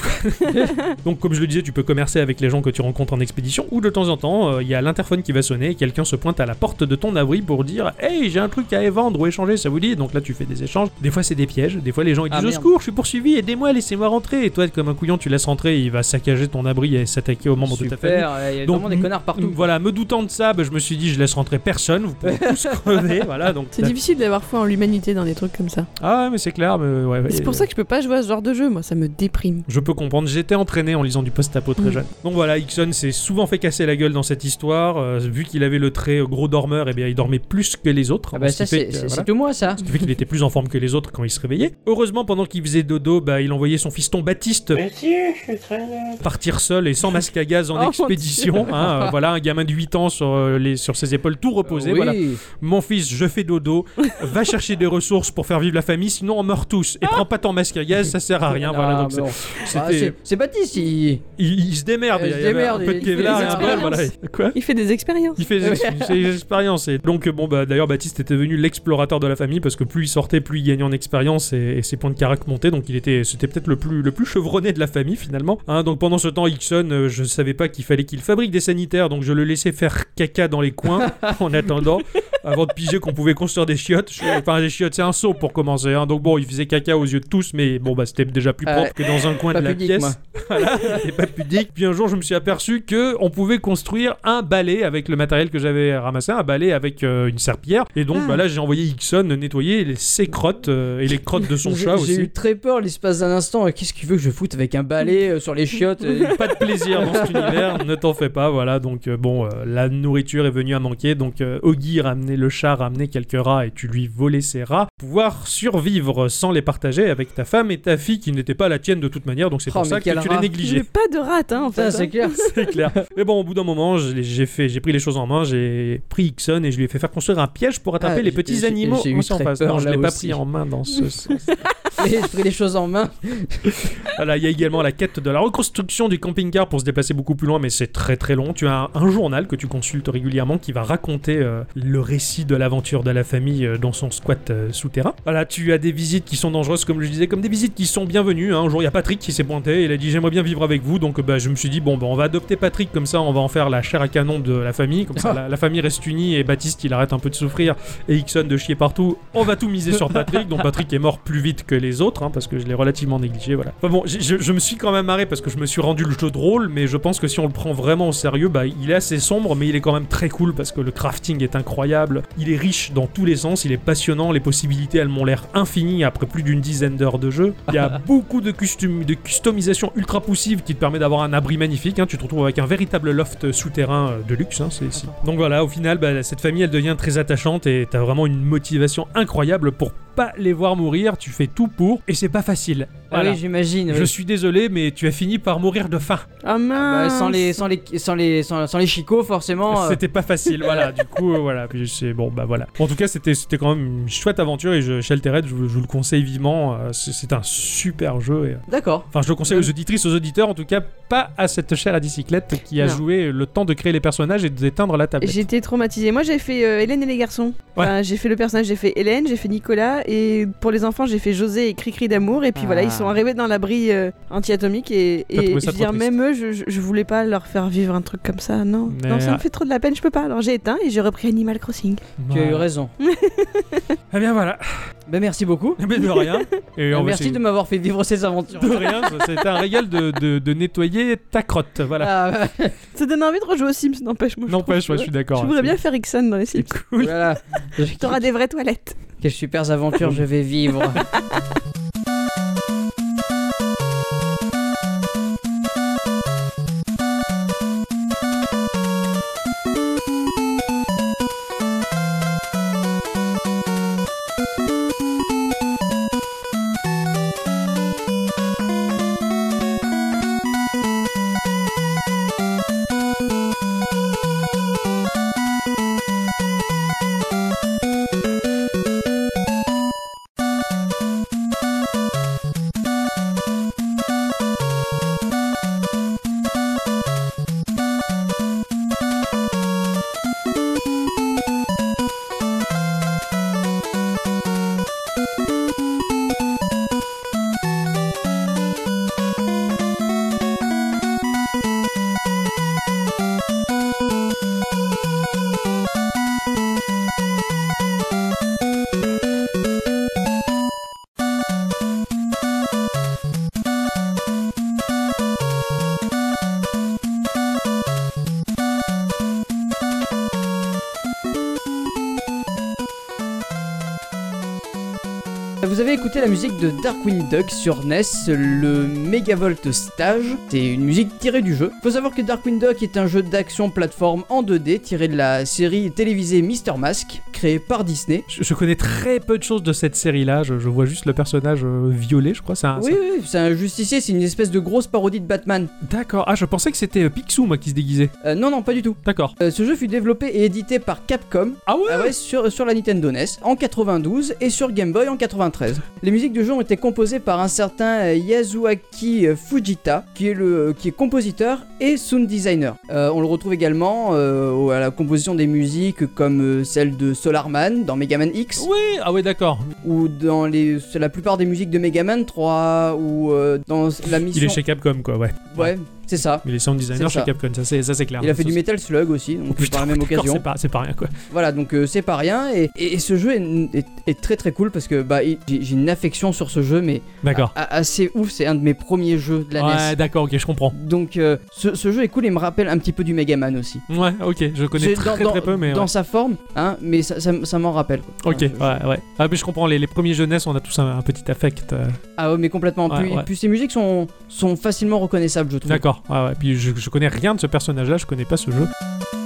Donc, comme je le disais, tu peux commercer avec les gens que tu rencontres en expédition, ou de temps en temps, euh, il y a l'interphone qui va sonner et quelqu'un se pointe à la porte de ton abri pour dire Hey, j'ai un truc à vendre ou échanger, ça vous dit? Donc là, tu fais des échanges. Des fois, c'est des pièges. Des fois, les gens ils Ah, disent Au merde. secours, je suis poursuivi, aidez-moi, laissez-moi rentrer. Et toi, comme un couillon, tu laisses rentrer, et il va saccager ton abri et s'attaquer aux membres de ta famille. Super, il y a Donc, vraiment des connards partout. Voilà, me doutant de ça, bah, je me suis dit, je laisse rentrer personne, vous pouvez tous crever. Voilà, donc. C'est difficile d'avoir foi en l'humanité dans des trucs comme ça. Ah, ouais, mais c'est clair, mais ouais, ouais. C'est pour ça que je peux pas jouer à ce genre de jeu, moi, ça me déprime. Je peux comprendre, j'étais entraîné en lisant du post-apo très Mm. jeune. Donc voilà, Ixon s'est souvent fait casser la gueule dans cette histoire. euh, vu qu'il avait le trait euh, gros dormeur, et bien il dormait plus que les autres. Ah bah ce ça qui fait c'est que, c'est- voilà. c'est tout moi ça. Ce qui fait qu'il était plus en forme que les autres quand il se réveillait. Heureusement, pendant qu'il faisait dodo, bah, il envoyait son fiston Baptiste Mais si, je suis très net. partir seul et sans masque à gaz en Oh, mon expédition. hein, euh, voilà, un gamin de huit ans sur, euh, les, sur ses épaules tout reposé. oui. Voilà. Mon fils, je fais dodo, va chercher des ressources pour faire vivre la famille, sinon on meurt tous. Et prends pas ton masque à gaz, ça sert à rien. Voilà, Ah, donc c'est- bon. c'était- Ah, c'est- c'est Baptiste, il... il, il se démerde. Il Il se y avait démerde, un peu de il fait Kevlar des et un bol. Voilà. expériences. Quoi? Il fait des expériences. Il fait des, des expériences. Et donc, bon, bah, d'ailleurs, Baptiste était devenu l'explorateur de la famille parce que plus il sortait, plus il gagnait en expérience et, et ses points de caractère montaient. Donc, il était, c'était peut-être le plus, le plus chevronné de la famille finalement. Hein, donc, pendant ce temps, Ixon, euh, je savais pas qu'il fallait qu'il fabrique des sanitaires. Donc, je le laissais faire caca dans les coins en attendant, avant de piger qu'on pouvait construire des chiottes. Je- Enfin, des chiottes, c'est un seau pour commencer. commencer. Hein. Donc bon, il faisait caca aux yeux de tous, mais bon, bah c'était déjà plus propre Euh, que dans un coin de pas la pudique, pièce. moi. Voilà, et pas pudique. Puis un jour, je me suis aperçu que on pouvait construire un balai avec le matériel que j'avais ramassé, un balai avec euh, une serpillière. Et donc, Ah. bah là, j'ai envoyé Ixon nettoyer les, ses crottes euh, et les crottes de son J'ai- chat J'ai aussi. eu très peur l'espace d'un instant. Qu'est-ce qu'il veut que je foute avec un balai euh, sur les chiottes euh, Pas de plaisir dans cet univers, ne t'en fais pas, voilà. Donc euh, bon, euh, la nourriture est venue à manquer. Donc euh, Oggy ramenait le chat, ramenait quelques rats et tu lui volais ses rats. Pouvoir survivre sans les partager avec ta femme et ta fille qui n'étaient pas la tienne de toute manière. Donc c'est Oh, pour mais ça que quel tu les rat. négligeais. J'ai pas de rate, hein, en fait. Ça, c'est hein. clair. C'est clair. Mais bon, au bout d'un moment, je l'ai- j'ai fait, j'ai pris les choses en main, j'ai pris Ixon et je lui ai fait faire construire un piège pour attraper Ah, les j'ai- petits j'ai- animaux j'ai eu en très surface. peur, Non, je là l'ai pas aussi. pris en main dans ce sens. Et j'ai pris les choses en main. Voilà, il y a également la quête de la reconstruction du camping-car pour se déplacer beaucoup plus loin, mais c'est très très long. Tu as un, un journal que tu consultes régulièrement qui va raconter euh, le récit de l'aventure de la famille euh, dans son squat euh, souterrain. Voilà, tu as des visites qui sont dangereuses, comme je disais, comme des visites qui sont bienvenues. Hein. Un jour, il y a Patrick qui s'est pointé, il a dit j'aimerais bien vivre avec vous, donc bah, je me suis dit bon, bah, on va adopter Patrick, comme ça on va en faire la chair à canon de la famille, comme ça la, la famille reste unie et Baptiste il arrête un peu de souffrir et Ixon de chier partout. On va tout miser sur Patrick, donc Patrick est mort plus vite que les autres, hein, parce que je l'ai relativement négligé, voilà. Enfin bon, j'ai- je, je me suis quand même marré parce que je me suis rendu le jeu drôle, mais je pense que si on le prend vraiment au sérieux, bah il est assez sombre, mais il est quand même très cool parce que le crafting est incroyable, il est riche dans tous les sens, il est passionnant, les possibilités elles m'ont l'air infinies après plus d'une dizaine d'heures de jeu. Il y a beaucoup de, custom, de customisation ultra poussive qui te permet d'avoir un abri magnifique, hein. Tu te retrouves avec un véritable loft souterrain euh, de luxe, hein, c'est ici. Donc voilà, au final, bah, cette famille elle devient très attachante et t'as vraiment une motivation incroyable pour pas les voir mourir, tu fais tout pour, et c'est pas facile. Ah Voilà. oui, j'imagine. Je oui. suis désolé, mais tu as fini par mourir de faim. Ah Bah, mince. sans les sans les sans les sans, sans les chicots forcément. euh, C'était pas facile, voilà. Du coup, euh, voilà. Puis c'est bon, bah voilà. En tout cas, c'était c'était quand même une chouette aventure et je, Sheltered, je, vous- je vous le conseille vivement. euh, C'est c'est un super jeu. Et, D'accord. enfin, je le conseille aux auditrices, aux auditeurs, en tout cas, pas à cette chère à bicyclette qui a Non. joué le temps de créer les personnages et d'éteindre la tablette. J'ai été traumatisée. Moi, j'ai fait euh, Hélène et les garçons. Enfin, j'ai fait le personnage, j'ai fait Hélène, j'ai fait Nicolas, et pour les enfants, j'ai fait José et Cricri d'amour. Et puis Ah. voilà, ils sont arrivés dans l'abri euh, anti-atomique. Et, T'as et trouvé je ça veux trop dire, triste. même eux, je, je, je voulais pas leur faire vivre un truc comme ça. Non, Mais, non, ça euh, me fait trop de la peine, je peux pas. Alors j'ai éteint et j'ai repris Animal Crossing. Tu as eu Voilà. raison. Eh bien voilà. Ben merci beaucoup. Mais de rien. Et Euh, on va merci essayer- de m'avoir fait vivre ces aventures. de rien. ça- C'était un régal de, de, de nettoyer ta crotte. Voilà. Ah, ouais. Ça donne envie de rejouer aux Sims, n'empêche. Moi, je N'empêche, trouve ouais, je suis d'accord. Je hein, voudrais c'est- bien faire Ixon dans les Sims. C'est cool. Voilà. T'auras des vraies toilettes. Quelles super aventures je vais vivre. Vous avez écouté la musique de Darkwing Duck sur N E S, le Megavolt Stage. C'est une musique tirée du jeu. Faut savoir que Darkwing Duck est un jeu d'action plateforme en deux D tiré de la série télévisée Mister Mask, créée par Disney. Je, je connais très peu de choses de cette série-là. Je, je vois juste le personnage euh, violet, je crois. C'est un, Oui, oui, c'est un justicier, c'est une espèce de grosse parodie de Batman. c'est- D'accord. Ah, je pensais que c'était euh, Picsou, moi, qui se déguisait. Euh, non, non, pas du tout. D'accord. Euh, ce jeu fut développé et édité par Capcom. Ah ouais, Ah ouais, sur, sur la Nintendo N E S en quatre-vingt-douze et sur Game Boy en quatre-vingt-treize. Les musiques du jeu ont été composées par un certain euh, Yasuaki euh, Fujita, qui est, le, qui est compositeur et sound designer. Euh, on le retrouve également euh, au- à la composition des musiques comme euh, celle de Solar Man dans Mega Man X, Oui, ah ouais, d'accord. ou dans les, la plupart des musiques de Mega Man trois, ou euh, dans la mission... Il est chez Capcom, quoi, ouais. Ouais, C'est ça. Il est sound designer C'est chez ça. Capcom, ça c'est, ça, c'est clair. Il a fait Ça, du c'est- Metal Slug aussi, donc Oh, putain, par la même d'accord, occasion. C'est pas, c'est pas rien quoi. Voilà, donc euh, c'est pas rien. Et, et, et ce jeu est, est- est très très cool parce que bah, il- j'ai j'ai une affection sur ce jeu, mais D'accord. a- assez ouf. C'est un de mes premiers jeux de la N E S. Ouais, d'accord, ok, je comprends. Donc euh, ce, ce jeu est cool et me rappelle un petit peu du Mega Man aussi. Ouais, ok, je connais C'est très dans, très, dans- très peu, mais dans ouais. sa forme, hein, mais ça, ça, ça m'en rappelle. Quoi. Ok, Enfin, ouais, ouais. Ah, mais je comprends, les, les premiers jeunesses, on a tous un, un petit affect. euh, Ah ouais, mais complètement. Ouais, puis, ouais. puis ces musiques sont, sont facilement reconnaissables, je trouve. D'accord, ouais, ouais. Puis je, je connais rien de ce personnage-là, je connais pas ce jeu.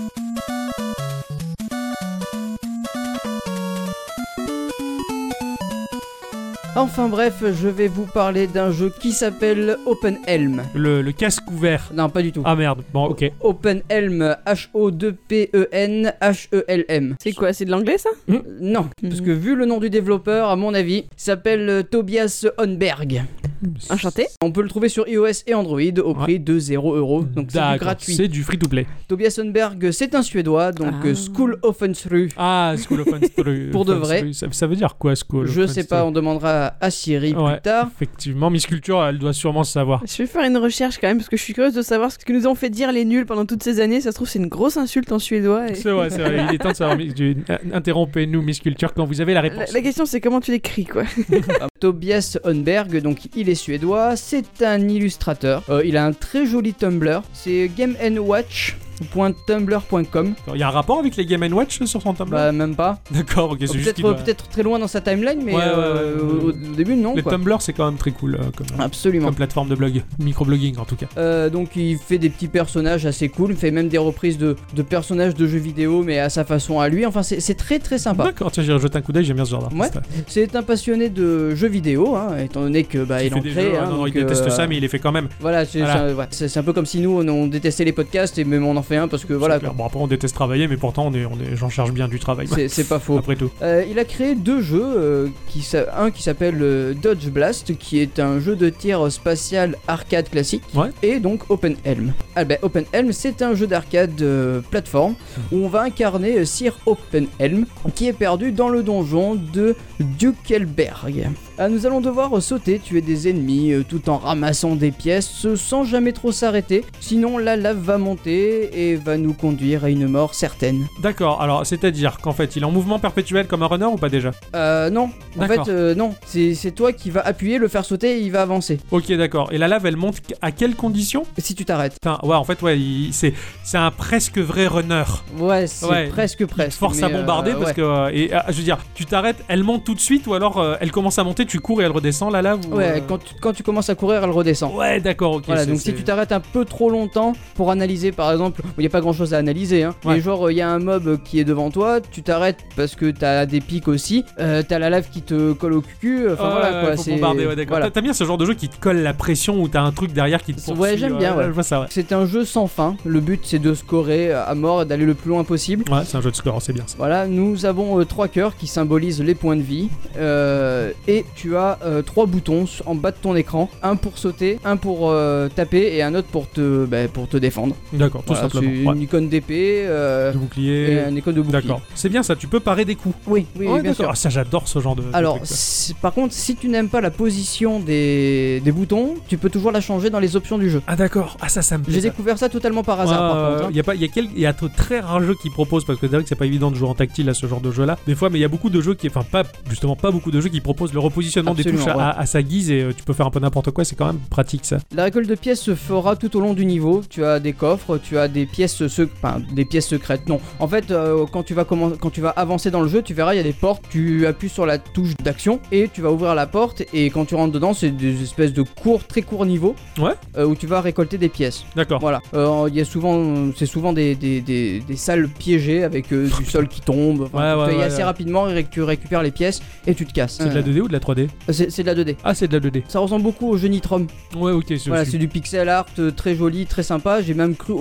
Enfin bref, je vais vous parler d'un jeu qui s'appelle Open Helm. Le, le casque ouvert. Non, pas du tout. Ah merde, bon, ok. Open Helm, H O deux P E N H E L M. C'est quoi, c'est de l'anglais ça? Euh, Non, Mhm. parce que vu le nom du développeur, à mon avis, il s'appelle euh, Tobias Honberg. Enchanté. On peut le trouver sur iOS et Android au prix de zéro euros, donc c'est du D'accord, gratuit. c'est du free-to-play. Tobias Honberg, c'est un Suédois, donc Ah. euh, School of Unstru. Ah, School of Unstru. Pour de vrai. Ça, ça veut dire quoi, School of Je sais pas, on Unstru demandera à Siri Ouais. plus tard. Effectivement, Miss Culture, elle doit sûrement savoir. Je vais faire une recherche quand même parce que je suis curieuse de savoir ce que nous ont fait dire les nuls pendant toutes ces années. Ça se trouve, c'est une grosse insulte en suédois. et- C'est vrai, c'est vrai, il est temps de savoir. Miss- du- Interrompez-nous, Miss Culture, quand vous avez la La, réponse. la question, c'est comment tu l'écris quoi. Ah, Tobias Honberg, donc il est suédois, c'est un illustrateur. Euh, il a un très joli Tumblr, c'est game and watch point tumblr point com. Il y a un rapport avec les Game and Watch sur son Tumblr Bah même pas. D'accord, ok, c'est juste Peut-être qu'il doit- peut-être très loin dans sa timeline, mais Ouais, ouais, euh, ouais, au, ouais. au début non Les quoi. Tumblr, c'est quand même très cool euh, comme, Absolument. comme plateforme de blog, microblogging en tout cas. Euh, donc il fait des petits personnages assez cool, il fait même des reprises de, de personnages de jeux vidéo mais à sa façon à lui, enfin c'est c'est très très sympa. D'accord, tiens, j'irai jeter un coup d'œil, j'aime bien ce genre Ouais. d'artiste. C'est un passionné de jeux vidéo, hein, étant donné que bah, Il il fait en des crée. jeux, hein, non, non, il donc, déteste euh, ça, mais il les fait quand même. Voilà, c'est Voilà. c'est un, ouais, c'est- c'est un peu comme si nous on, on détestait les podcasts et même on en fait un parce que voilà. C'est clair. Bon, après, on déteste travailler, mais pourtant, on est, on est, j'en cherche bien du travail. C'est c'est pas faux. Après tout. Euh, il a créé deux jeux, euh, qui, s'a- un qui s'appelle euh, Dodge Blast, qui est un jeu de tir spatial arcade classique, Ouais. et donc Open Helm. Ah ben, Open Helm, c'est un jeu d'arcade euh, plateforme où on va incarner euh, Sir Open Helm, qui est perdu dans le donjon de Dukelberg. Ah, nous allons devoir euh, sauter, tuer des ennemis, euh, tout en ramassant des pièces, euh, sans jamais trop s'arrêter, sinon la lave va monter et va nous conduire à une mort certaine. D'accord, alors, c'est-à-dire qu'en fait, il est en mouvement perpétuel comme un runner ou pas déjà? Euh, non. En D'accord. fait, euh, non. C'est c'est toi qui vas appuyer, le faire sauter et il va avancer. Ok, d'accord. Et la lave, elle monte à quelles conditions? Si tu t'arrêtes. Putain, ouais, en fait, ouais, il- c'est, c'est un presque vrai runner. Ouais, c'est Ouais, presque presque. Force à mais, euh, bombarder parce ouais. que. euh, et euh, je veux dire, tu t'arrêtes, elle monte tout de suite ou alors euh, elle commence à monter, tu cours et elle redescend la lave ou, Ouais, euh, quand tu, quand tu commences à courir, elle redescend. Ouais, d'accord, ok. Voilà, c'est- donc c'est- si tu t'arrêtes un peu trop longtemps pour analyser, par exemple, il n'y a pas grand chose à analyser, hein, Ouais. mais genre il y a un mob qui est devant toi, tu t'arrêtes parce que t'as des pics aussi, euh, t'as la lave qui te colle au cul, enfin Ouais, voilà quoi. faut c'est bombarder, ouais, d'accord. voilà. T'as- T'aimes bien ce genre de jeu qui te colle la pression ou t'as un truc derrière qui te poursuit. Ouais, j'aime bien, ouais. Je vois ça, ouais. C'est un jeu sans fin, le but c'est de scorer à mort et d'aller le plus loin possible. Ouais, c'est un jeu de score, c'est bien ça. Voilà, nous avons euh, trois cœurs qui symbolisent les points de vie. euh, et tu as euh, trois boutons en bas de ton écran. Un pour sauter, un pour euh, taper et un autre pour te, bah, pour te défendre. D'accord, tout Voilà, c'est simplement. une Ouais. icône d'épée euh, De et bouclier. une icône de bouclier. D'accord. C'est bien ça, tu peux parer des coups. Oui, oui, Ouais, oui, bien d'accord. sûr. Ah, ça, j'adore ce genre de. de Alors, truc, ça. c'est- par contre, si tu n'aimes pas la position des, des boutons, tu peux toujours la changer dans les options du jeu. Ah, d'accord. Ah, ça, ça me plaît. J'ai ça. découvert ça totalement par hasard, par contre. hein. Il y a pas, il y a quel, il y a de très rares jeux qui proposent parce que c'est vrai que c'est pas évident de jouer en tactile à ce genre de jeu-là. Des fois, mais il y a beaucoup de jeux qui, enfin pas justement pas beaucoup de jeux qui proposent le repositionnement des Absolument, touches à, ouais. à- à sa guise et euh, tu peux faire un peu n'importe quoi. C'est quand même pratique ça. La récolte de pièces se fera tout au long du niveau. Tu as des coffres, tu as des pièces, sec- enfin, des pièces secrètes. Non, en fait, euh, quand tu vas commen- quand tu vas avancer dans le jeu, tu verras il y a des portes. Tu appuies sur la touche d'action et tu vas ouvrir la porte. Et quand tu rentres dedans, c'est des espèces de courts, très courts niveaux. Ouais. euh, où tu vas récolter des pièces. D'accord. Voilà. Euh, Il y a souvent, c'est souvent des, des, des, des salles piégées avec euh, du sol qui tombe. Enfin, Ouais, ouais, tu y ouais, assez ouais. rapidement et tu récupères les pièces et tu te casses. C'est de la deux D ou de la trois D? Euh, C'est c'est de la deux D. Ah, c'est de la deux D. Ça ressemble beaucoup au jeu Nitrom. Ouais, ok. c'est- Voilà, c'est- c'est du pixel art euh, très joli, très sympa. J'ai même cru au départ que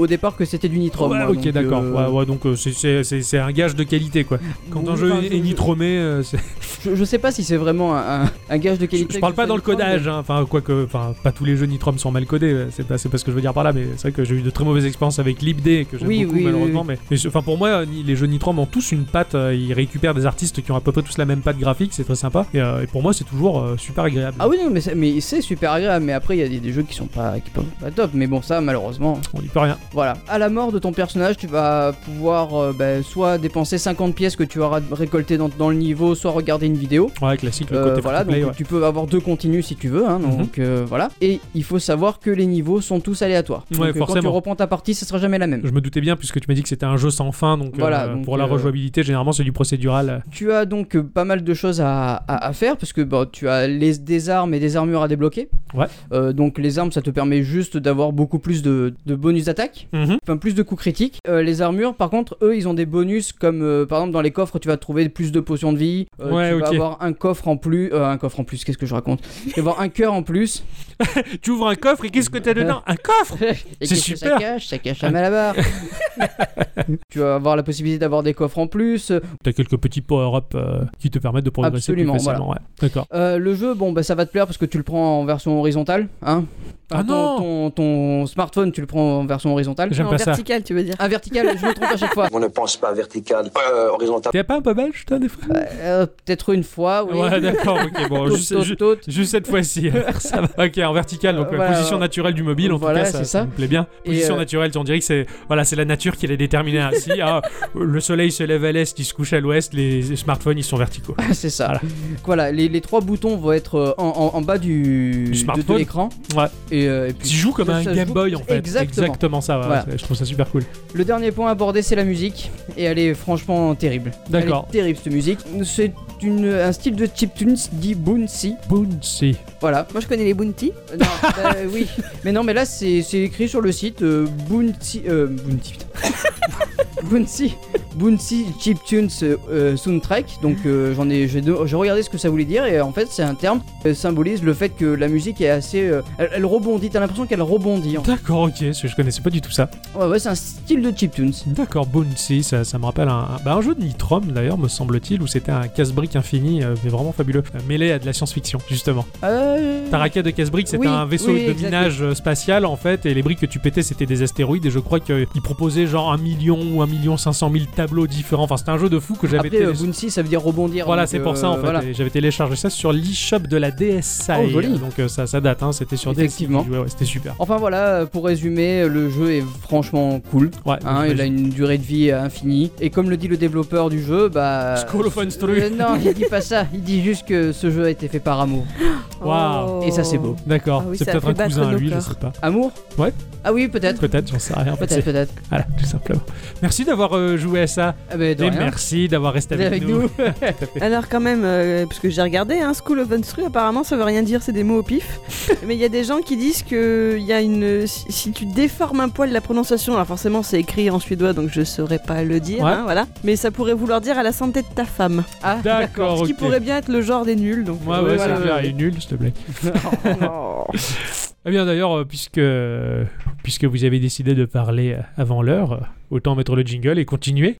c'était du Nitrom. Ouais, moi, ok, donc, d'accord. euh, Ouais, ouais, donc euh, c'est- c'est c'est- c'est un gage de qualité, quoi. Quand un oui, jeu enfin, est je- nitromé, euh, c'est- Je, je sais pas si c'est vraiment un, un- un gage de je, qualité. je parle que pas ce dans le soit Nitrom, codage, hein. Enfin, quoique, enfin, pas tous les jeux Nitrom sont mal codés, euh, c'est pas, c'est pas ce que je veux dire par là, mais c'est vrai que j'ai eu de très mauvaises expériences avec Libd, que j'aime Oui, beaucoup, oui, malheureusement. oui, Mais, mais c'est- enfin, pour moi, ni- les jeux Nitrom ont tous une patte, euh, ils récupèrent des artistes qui ont à peu près tous la même patte graphique, c'est très sympa. Et, euh, et pour moi, c'est toujours euh, super agréable. Ah oui, non, mais c'est, mais c'est super agréable. Mais après, il y a des, des jeux qui sont pas, qui sont pas top. Mais bon, ça, malheureusement. On n'y peut rien. Voilà. À la mort de ton personnage, tu vas pouvoir euh, bah, soit dépenser cinquante pièces que tu auras récoltées dans, dans le niveau, soit regarder une vidéo. Ouais, classique, le Euh, côté voilà, donc free-to-play, ouais. tu peux avoir deux continues si tu veux, hein, donc euh, voilà. Et il faut savoir que les niveaux sont tous aléatoires. Donc, Ouais, euh, quand tu forcément. reprends ta partie, ce sera jamais la même. Je me doutais bien, puisque tu m'as dit que c'était un jeu sans fin, donc, Voilà, euh, donc, pour la euh, rejouabilité, généralement, c'est du procédural. Tu as donc euh, pas mal de choses à, à- à faire parce que bah, tu as les, des armes et des armures à débloquer. Ouais. Euh, donc les armes, ça te permet juste d'avoir beaucoup plus de, de bonus d'attaque, Mhm. enfin plus de coups critiques. Euh, les armures, par contre, eux, ils ont des bonus comme euh, par exemple dans les coffres, tu vas trouver plus de potions de vie. Euh, Ouais, tu vas ok. avoir un coffre en plus, euh, un coffre en plus. Qu'est-ce que je raconte Tu vas avoir un cœur en plus. Tu ouvres un coffre et qu'est-ce que t'as dedans? Un coffre! Et C'est qu'est-ce que super. Ça cache, ça cache un malabar. Tu vas avoir la possibilité d'avoir des coffres en plus. T'as quelques petits power-up euh, qui te permettent de progresser Absolument, plus facilement. Ouais. D'accord. Euh, le jeu, bon, bah ça va te plaire parce que tu le prends en version horizontale, hein. Ah ton, non ton, ton smartphone, tu le prends en version horizontale. J'aime En pas ça. vertical, tu veux dire. Ah, vertical, je me trompe à chaque fois. On ne pense pas vertical, euh, horizontal. T'es pas un peu belge, toi, des fois? Euh, Peut-être une fois, oui. Ouais, d'accord, ok, bon, Tot, juste, tot, ju- tot. juste cette fois-ci, alors, ça va. Ok, en vertical, donc Euh, la voilà. position naturelle du mobile, en Voilà, tout cas, ça, c'est ça ça. me plaît bien. Et, Position euh, naturelle, on dirait que c'est voilà, c'est la nature qui l'a déterminé ainsi. Ah, le soleil se lève à l'est, il se couche à l'ouest, les smartphones, ils sont verticaux. Ah, c'est ça. Voilà. Voilà, les, les trois boutons vont être euh, en, en- en bas du, Du de- smartphone. de l'écran. Ouais. Et, euh, et puis, Tu joues comme ça, un ça Game joue- Boy, en fait. Exactement. ça, ouais, Voilà. c'est- je trouve ça super cool. Le dernier point abordé, c'est la musique. Et elle est franchement terrible. D'accord. Elle est terrible, cette musique. C'est une, un style de chiptunes dit Bouncy. Bouncy. Voilà. Moi, je connais les Bounty. Euh, Non, bah, oui. Mais non, mais là, c'est c'est écrit sur le site euh, Bounty. Euh, Bounty, putain. Bouncy. Bouncy Chiptunes euh, euh, Soundtrack. Donc, euh, j'en ai, j'ai, j'ai regardé ce que ça voulait dire. Et en fait, c'est un terme qui symbolise le fait que la musique est assez. euh, elle, elle rebondit. T'as l'impression qu'elle rebondit. En fait. D'accord, ok, parce que je connaissais pas du tout ça. Ouais, ouais, c'est un style de chiptunes. D'accord, Bouncy, ça, ça me rappelle un, un- bah, un jeu de Nitrom d'ailleurs, me semble-t-il, où c'était un casse-brique infini, euh, mais vraiment fabuleux, euh, mêlé à de la science-fiction, justement. Euh... Taraka de casse-brique, c'était Oui, un vaisseau oui, de exact. minage euh, spatial en fait, et les briques que tu pétais c'était des astéroïdes, et je crois qu'ils proposaient genre un million ou un million cinq cent mille tableaux différents. Enfin, c'était un jeu de fou que j'avais Après, euh, télé- Bouncy, ça veut dire rebondir. Voilà, donc, c'est pour euh, ça en fait. voilà. Et j'avais téléchargé ça sur l'eShop de la D S I. Oh, joli. Donc euh, ça, ça date, hein, c'était sur D S I. Effectivement. Ouais, ouais, c'était super. Enfin voilà, pour résumer, le jeu est franchement cool. Ouais, Hein, il a une durée de vie infinie. Et comme le dit le développeur du jeu, bah. School of Monstru. Euh, non, il dit pas ça. Il dit juste que ce jeu a été fait par amour. Waouh. Et ça, c'est beau. D'accord, Ah oui, c'est ça a peut-être fait un battre cousin à nos lui, je cœurs. sais pas. Amour Ouais. Ah oui, peut-être. Peut-être, j'en sais rien. En fait, Peut-être, c'est- peut-être. Voilà, tout simplement. Merci d'avoir euh, joué à ça. Ah ben, de Et rien. merci d'avoir resté avec, Avec nous. nous. Alors quand même, euh, parce que j'ai regardé, hein, School of Monstru, apparemment ça veut rien dire, c'est des mots au pif. Mais il y a des gens qui disent que il y a une, si, si tu déformes un poil la prononciation, alors forcément c'est écrit en suédois donc je saurais pas le dire, Ouais. hein, voilà. Mais ça pourrait vouloir dire à la santé de ta femme. Ah, D'accord, Ce qui ok. pourrait bien être le genre des nuls. Donc Ouais, euh, ouais, voilà. c'est clair, il est nul, s'il te plaît. Oh. Eh bien, d'ailleurs, euh, puisque, euh, puisque vous avez décidé de parler euh, avant l'heure, euh, autant mettre le jingle et continuer.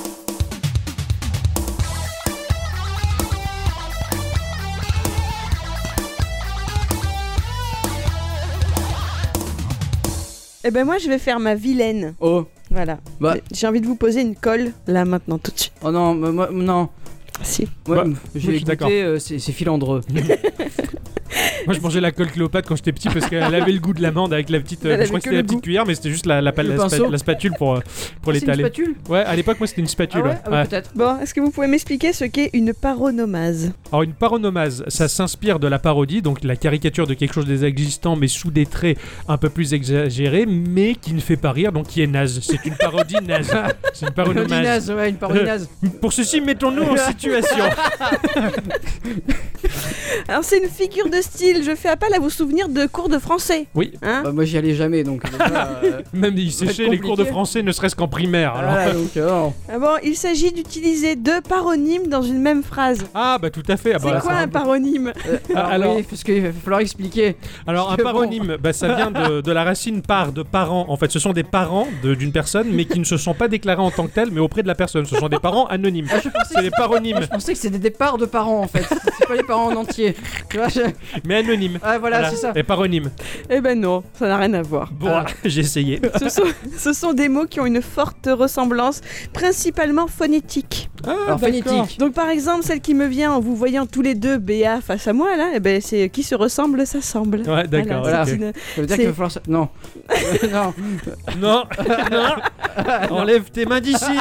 Eh ben moi je vais faire ma vilaine. Oh, Voilà. Bah. J'ai envie de vous poser une colle là maintenant tout de suite. oh non, moi, moi- non. Si. Moi, Bah, je j'ai suis d'accord. goûté, euh, c'est c'est filandreux. Moi, je mangeais la colle Cléopâtre quand j'étais petit parce qu'elle avait le goût de l'amande avec la petite. euh, Elle je crois avait que que c'était la le petite goût. cuillère, mais c'était juste la, la, la, Le la spa- pinceau. la spatule pour, euh, pour Ah, c'est une l'étaler. spatule Ouais, à l'époque, moi, c'était une Ah spatule. ouais, ouais. ah ouais, Ouais. peut-être. Bon, est-ce que vous pouvez m'expliquer ce qu'est une paronomase? Alors, une paronomase, ça s'inspire de la parodie, donc la caricature de quelque chose d'existant, mais sous des traits un peu plus exagérés, mais qui ne fait pas rire, donc qui est naze. C'est une parodie naze. C'est une Parodie paronomase. naze, ouais, une parodie naze. Pour ceci, mettons-nous en situation. Alors c'est une figure de style, je fais appel à vos souvenirs de cours de français. Oui. Hein Bah, moi j'y allais jamais donc. déjà, euh, Même il Ça va être séchait les cours de compliqué. français, ne serait-ce qu'en primaire. alors. voilà, donc, euh, non. Ah bon, il s'agit d'utiliser deux paronymes dans une même phrase. Ah bah tout à fait. Ah, bah, C'est là, quoi ça va un paronyme? Euh, Ah, alors, alors- oui, parce qu'il va falloir expliquer. Alors un Parce que bon. paronyme, bah, ça vient de, de la racine par, de parents. En fait, ce sont des parents de- d'une personne, mais qui ne se sont pas déclarés en tant que tels, mais auprès de la personne. Ce sont des parents anonymes. Ah, je pensais C'est des paronymes, Je pensais que c'était des départs de parents en fait. C'est pas les parents en entier. Tu vois, je- mais anonymes. Ah voilà, c'est ça. Et paronymes. Eh ben non, ça n'a rien à voir. Bon, Alors. j'ai essayé. Ce sont, ce sont des mots qui ont une forte ressemblance, principalement phonétique. Ah, Alors d'accord. phonétique. Donc par exemple, celle qui me vient en vous voyant tous les deux B A face à moi là, eh ben c'est qui se ressemble, ça semble. Ouais, d'accord. Voilà. c'est ok. une- Ça veut dire C'est- qu'il va falloir. ça- Non. Euh, non. Non, non. Enlève tes mains d'ici.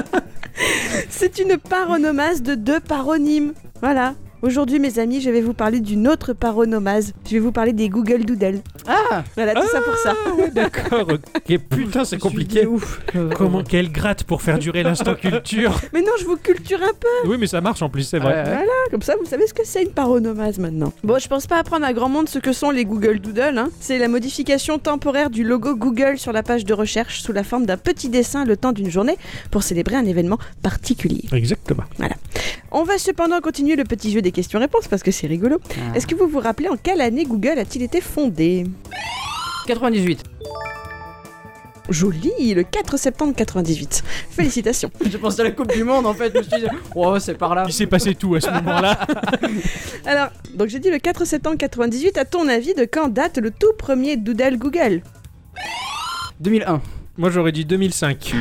C'est une paronomase de deux paronymes. Voilà. Aujourd'hui, mes amis, je vais vous parler d'une autre paronomase. Je vais vous parler des Google Doodle. Ah. Voilà, tout ça pour ça. Ah ouais, d'accord. Ok, putain, c'est compliqué. Ouf. Comment quelle gratte pour faire durer l'instant culture. Mais non, je vous culture un peu. Oui, mais ça marche en plus, c'est vrai. Ouais, ouais. Voilà, comme ça, vous savez ce que c'est une paronomase maintenant. Bon, je pense pas apprendre à grand monde ce que sont les Google Doodle. Hein. C'est la modification temporaire du logo Google sur la page de recherche sous la forme d'un petit dessin le temps d'une journée pour célébrer un événement particulier. Exactement. On va cependant continuer le petit jeu des questions-réponses parce que c'est rigolo. Ah. Est-ce que vous vous rappelez en quelle année Google a-t-il été fondé? quatre-vingt-dix-huit. Joli, le quatre septembre quatre-vingt-dix-huit. Félicitations. Je pensais à la Coupe du Monde en fait. Je me suis dit, oh, c'est par là. Il s'est passé tout à ce moment-là. Alors, donc j'ai dit le quatre septembre quatre-vingt-dix-huit. À ton avis, de quand date le tout premier Doodle Google? deux mille un. Moi, j'aurais dit deux mille cinq.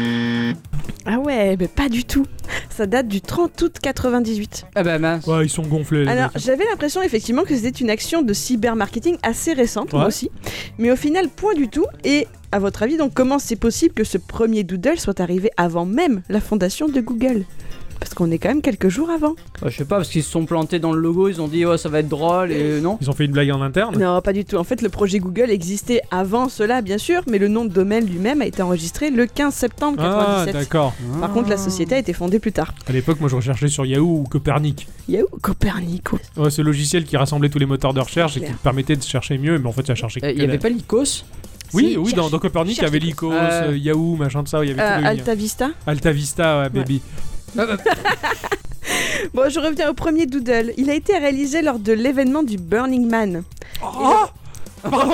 Ah ouais, mais pas du tout. Ça date du trente août quatre-vingt-dix-huit. Ah bah mince. Ouais, ils sont gonflés. les Alors, mecs. j'avais l'impression effectivement que c'était une action de cybermarketing assez récente, moi Ouais. aussi. Mais au final, point du tout. Et à votre avis, donc, comment c'est possible que ce premier Doodle soit arrivé avant même la fondation de Google? Parce qu'on est quand même quelques jours avant. Bah, je sais pas, parce qu'ils se sont plantés dans le logo, ils ont dit, oh, ça va être drôle et non. Ils ont fait une blague en interne. Non, pas du tout. En fait, le projet Google existait avant cela, bien sûr, mais le nom de domaine lui-même a été enregistré le quinze septembre Ah, quatre-vingt-dix-sept. d'accord. Par contre, la société a été fondée plus tard. À l'époque, moi, je recherchais sur Yahoo ou Copernic. Yahoo, Copernic. ouais. Ouais, ce logiciel qui rassemblait tous les moteurs de recherche et qui Clair. permettait de chercher mieux, mais en fait, ça cherchait. Il que y avait dalle. pas l'Icos. Oui, Si, oui, cherche- dans, dans Copernic, il y avait cherche- l'Icos, Euh, euh, Yahoo, machin de ça, il y avait Euh, tout le Alta Vista. Alta Vista, ouais, baby. Ah, bah, Bon, je reviens au premier Doodle. Il a été réalisé lors de l'événement du Burning Man. Oh Pardon.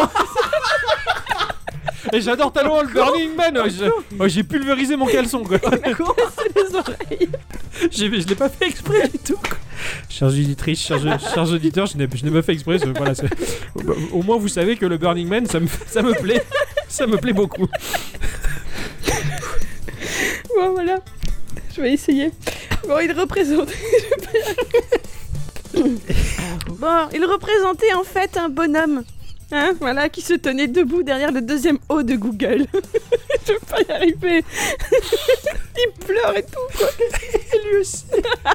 Et j'adore tellement le Burning Man. Ouais, je- ouais, j'ai pulvérisé mon caleçon, quoi. C'est les oreilles. J'ai- Je l'ai pas fait exprès du tout. quoi. Chers auditrices, chers, chers auditeurs, je n'ai je n'ai pas fait exprès. ce- Voilà, c'est- au moins, vous savez que le Burning Man, ça me, ça me plaît. Ça me plaît beaucoup. Bon, voilà. Je vais essayer. Bon, il représente. Bon, il représentait en fait un bonhomme. Hein, voilà, qui se tenait debout derrière le deuxième O de Google. Je vais pas y arriver. Il pleure et tout, quoi. Et lui aussi.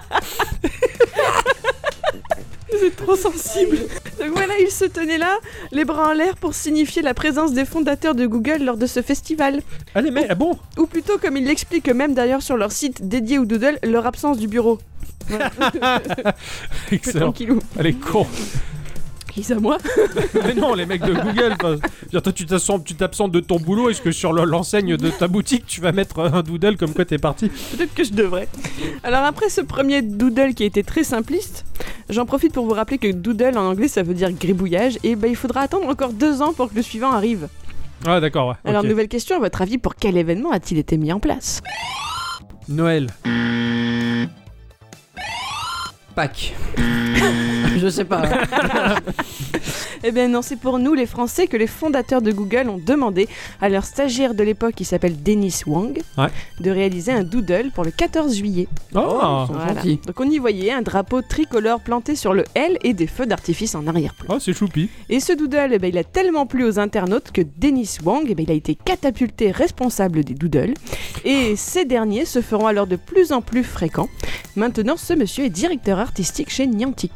C'est trop sensible. Donc voilà, il se tenait là, les bras en l'air pour signifier la présence des fondateurs de Google lors de ce festival. Allez, mais ah bon. Ou plutôt, comme ils l'expliquent eux-mêmes d'ailleurs sur leur site dédié au Doodle, leur absence du bureau. Excellent. Tranquillou. Allez, con. Qui à moi? Mais non, les mecs de Google. enfin, je veux dire, toi, tu t'absentes tu t'absentes de ton boulot. Est-ce que sur le- l'enseigne de ta boutique, tu vas mettre un doodle comme quoi t'es parti? Peut-être que je devrais. Alors après ce premier Doodle qui a été très simpliste, j'en profite pour vous rappeler que Doodle en anglais ça veut dire gribouillage et ben il faudra attendre encore deux ans pour que le suivant arrive. Ah, d'accord, ouais. Alors ok. nouvelle question, à votre avis, pour quel événement a-t-il été mis en place? Noël. Pâques. Je sais pas. Eh bien non, c'est pour nous les Français que les fondateurs de Google ont demandé à leur stagiaire de l'époque qui s'appelle Dennis Wang Ouais. de réaliser un doodle pour le quatorze juillet. Oh, Ils sont Voilà. gentils. Donc on y voyait un drapeau tricolore planté sur le L et des feux d'artifice en arrière-plan. oh c'est choupi. Et ce doodle, eh ben, il a tellement plu aux internautes que Dennis Wang, eh ben, il a été catapulté responsable des doodles. Et ces derniers se feront alors de plus en plus fréquents. Maintenant, ce monsieur est directeur artistique chez Niantic.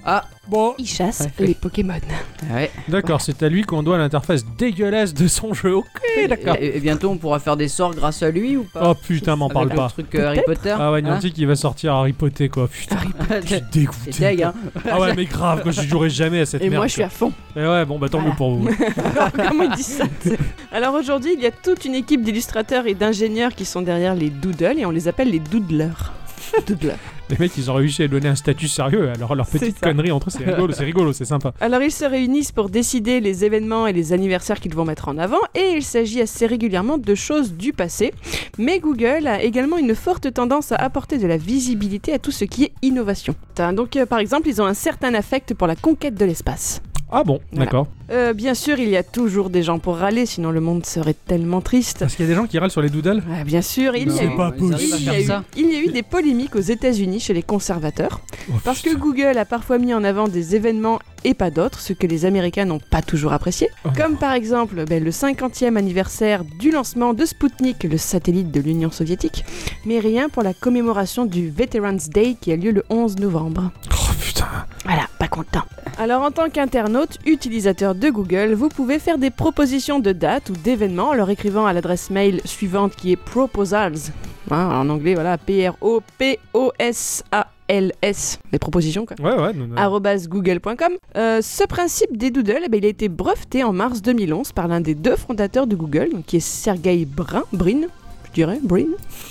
Ah, Bon, Il chasse Ouais. les Pokémon. ouais. d'accord, c'est à lui qu'on doit l'interface dégueulasse de son jeu. Ok, d'accord. Et, et bientôt on pourra faire des sorts grâce à lui ou pas? Oh putain, m'en Avec parle le pas. truc euh, Harry Potter. Ah ouais, hein Niantic il va sortir Harry Potter quoi. Putain, je suis C'est dégoûté. deg, hein. Ah ouais, mais grave, quoi, je jouerai jamais à cette Et merde. moi, je suis quoi. à fond. Et ouais, bon bah tant mieux pour vous. Comment ils disent ça c'est- Alors aujourd'hui, il y a toute une équipe d'illustrateurs et d'ingénieurs qui sont derrière les doodles et on les appelle les doodlers. Doodlers. Les mecs, ils ont réussi à donner un statut sérieux à leur, leur C'est petite ça. connerie entre eux. C'est rigolo, c'est rigolo, c'est sympa. Alors ils se réunissent pour décider les événements et les anniversaires qu'ils vont mettre en avant et il s'agit assez régulièrement de choses du passé. Mais Google a également une forte tendance à apporter de la visibilité à tout ce qui est innovation. Donc euh, par exemple, ils ont un certain affect pour la conquête de l'espace. Ah bon, Voilà. d'accord. Euh, bien sûr, il y a toujours des gens pour râler, sinon le monde serait tellement triste. Parce qu'il y a des gens qui râlent sur les doodles. Ah, bien sûr, il y, a C'est eu, pas ils arrivent à possible. il y a faire eu- ça. il y a eu des polémiques aux États-Unis chez les conservateurs. Oh, Parce que putain. Google a parfois mis en avant des événements et pas d'autres, ce que les Américains n'ont pas toujours apprécié. Oh. Comme par exemple ben, le cinquantième anniversaire du lancement de Sputnik, le satellite de l'Union soviétique. Mais rien pour la commémoration du Veterans Day qui a lieu le onze novembre. Oh putain. Voilà, pas content. Alors en tant qu'internaute, utilisateur de Google, vous pouvez faire des propositions de dates ou d'événements en leur écrivant à l'adresse mail suivante qui est proposals. Hein, en anglais, voilà, P R O P O S A L S, les propositions quoi. Ouais, ouais. non, non. arobase google point com. Euh, ce principe des doodles, eh ben, il a été breveté en mars deux mille onze par l'un des deux fondateurs de Google, donc, qui est Sergey Brin, Brin, je dirais, Brin.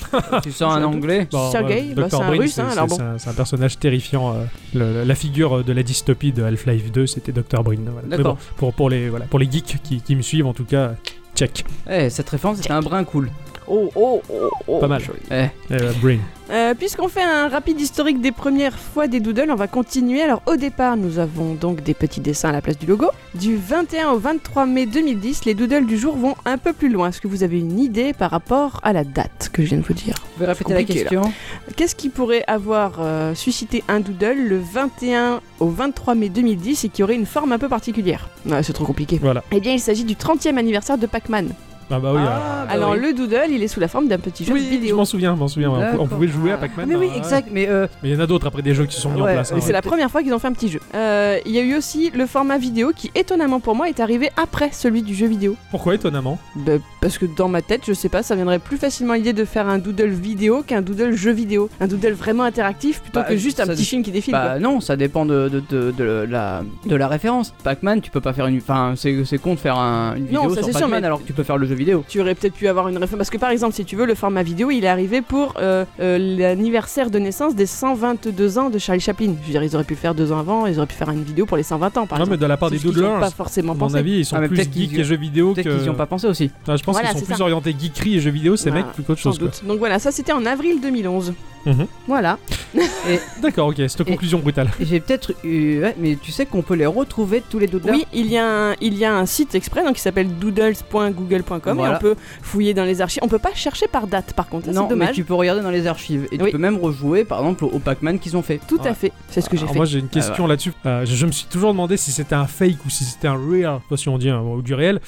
Tu sens un anglais? Bon, Sergei, ouais, bah, docteur c'est un Brin, russe, c'est- hein, c'est- alors bon. c'est un- c'est un personnage terrifiant. euh, le- la figure de la dystopie de Half-Life deux, c'était docteur Brin. Voilà. Mais D'accord. bon, pour, pour, les, voilà, pour les geeks qui, qui me suivent, en tout cas, check. Eh, cette référence c'était un brin cool. Oh, oh, oh, oh. Pas mal. Eh, Euh, Brin. Euh, Puisqu'on fait un rapide historique des premières fois des doodles, on va continuer. Alors au départ, nous avons donc des petits dessins à la place du logo. Du vingt et un au vingt-trois mai deux mille dix, les doodles du jour vont un peu plus loin. Est-ce que vous avez une idée par rapport à la date que je viens de vous dire? vous pouvez répéter la compliqué, question? Qu'est-ce qui pourrait avoir euh, suscité un doodle le vingt et un au vingt-trois mai deux mille dix et qui aurait une forme un peu particulière? Ouais, c'est trop compliqué. Voilà. Eh bien, il s'agit du trentième anniversaire de Pac-Man. Ah bah oui. euh, Ah, bah Alors oui. le doodle, il est sous la forme d'un petit jeu oui, je vidéo. m'en souviens, je m'en souviens. ouais. On, pou- on D'accord. pouvait jouer à Pac-Man. Mais oui, hein, ouais. exact, mais euh, Mais il y en a d'autres après des jeux qui se sont mis en Ouais, place. hein, Et ouais. c'est la première fois qu'ils ont fait un petit jeu. Euh, Il y a eu aussi le format vidéo qui, étonnamment pour moi, est arrivé après celui du jeu vidéo. Pourquoi étonnamment? Bah, parce que dans ma tête, je sais pas, ça viendrait plus facilement l'idée de faire un doodle vidéo qu'un doodle jeu vidéo. Un doodle vraiment interactif plutôt Bah, que juste un ça- petit film qui défile. bah non, ça dépend de, de, de, de la, de la référence. Pac-Man, tu peux pas faire une. Enfin, c'est c'est con de faire un- une vidéo ça, sur c'est sûr, Pac-Man mais- alors que tu peux faire le jeu vidéo. Tu aurais peut-être pu avoir une référence. Parce que par exemple, si tu veux, le format vidéo, il est arrivé pour euh, euh, l'anniversaire de naissance des cent vingt-deux ans de Charlie Chaplin. Je veux dire, ils auraient pu le faire deux ans avant, ils auraient pu faire une vidéo pour les cent vingt ans, par Non, exemple. mais de la part C'est des juste qu'ils y ont doodlers, pas forcément à mon pensé. avis, ils sont Ah, mais plus peut-être qu'ils geeks y- et jeux vidéo que. Peut-être qu'ils y ont pas pensé aussi. Ah, je pense Voilà, qu'ils sont c'est plus ça. orientés geekerie et jeux vidéo, ces Voilà, mecs, plus qu'autre Sans chose. quoi. doute. Donc voilà, ça c'était en avril deux mille onze. Mhm. Voilà. D'accord, ok, cette Et- conclusion brutale. Et J'ai peut-être eu. Ouais, mais tu sais qu'on peut les retrouver tous les doodlers. Oui, il y, a un, il y a un site exprès donc, qui s'appelle doodles point google point com Voilà. et on peut fouiller dans les archives. On peut pas chercher par date par contre, ça, Non, c'est mais dommage. tu peux regarder dans les archives et tu Oui. peux même rejouer par exemple au, au Pac-Man qu'ils ont fait. Tout Ouais. à fait, c'est ce que j'ai Alors fait. moi j'ai une question là-dessus. Euh, je, je me suis toujours demandé si c'était un fake ou si c'était un real. Je sais pas si on dit un, ou du réel.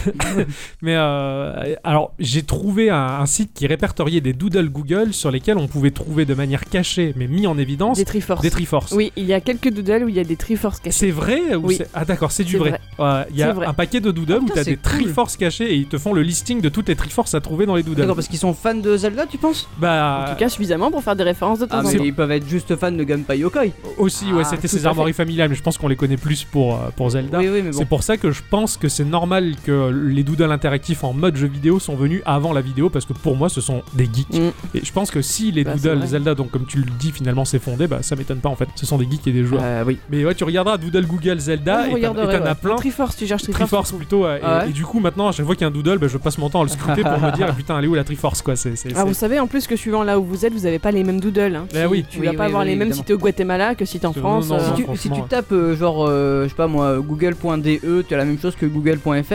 Mais euh, alors j'ai trouvé un, un site qui répertoriait des doodles Google sur lesquels on pouvait trouver de manière cachée mais mis en évidence Des Triforce. des Triforce. Oui, il y a quelques doodles où il y a des Triforce cachés. C'est vrai ou Oui. c'est- Ah d'accord, c'est du C'est vrai. Ouais, Il y C'est a vrai. un paquet de doodles Ah, où putain, t'as c'est des cool. Triforce cachés et ils te font le listing de toutes les Triforce à trouver dans les doodles. D'accord, parce qu'ils sont fans de Zelda, tu penses? Bah En tout cas, suffisamment pour faire des références de temps Ah, en mais temps. ils peuvent être juste fans de Gunpei Yokoi. aussi, ouais, Ah, c'était tout ces à armoiries familiales, mais je pense qu'on les connaît plus pour, euh, pour Zelda. Oui, oui, mais bon. C'est pour ça que je pense que c'est normal que les doodles interactifs en mode jeu vidéo sont venus avant la vidéo parce que pour moi ce sont des geeks. Mm. Et je pense que si les Bah, c'est doodles vrai. Zelda, donc comme tu le dis finalement c'est fondé, bah ça m'étonne pas en fait. Ce sont des geeks et des joueurs. Euh, oui. Mais ouais, tu regarderas doodle Google Zelda Ouais, je et t'en- et regarderai, t'en as ouais. plein. Triforce, tu cherches Triforce. Triforce plutôt, ouais, et, Ah ouais et du coup maintenant à chaque fois qu'il y a un doodle, bah, je passe mon temps à le scruter pour me dire putain elle est où la Triforce quoi. C'est, c'est, Ah, c'est- vous savez en plus que suivant là où vous êtes, vous avez pas les mêmes doodles. Hein. Eh Si- oui. Tu Oui, vas oui, pas avoir oui, les mêmes évidemment. si t'es au Guatemala que si t'es en Non, France. non, non, euh, Si non. tu, franchement, si tu ouais. tapes euh, genre, euh, je sais pas moi, google point d e, tu as la même chose que google point f r, tu sais pas?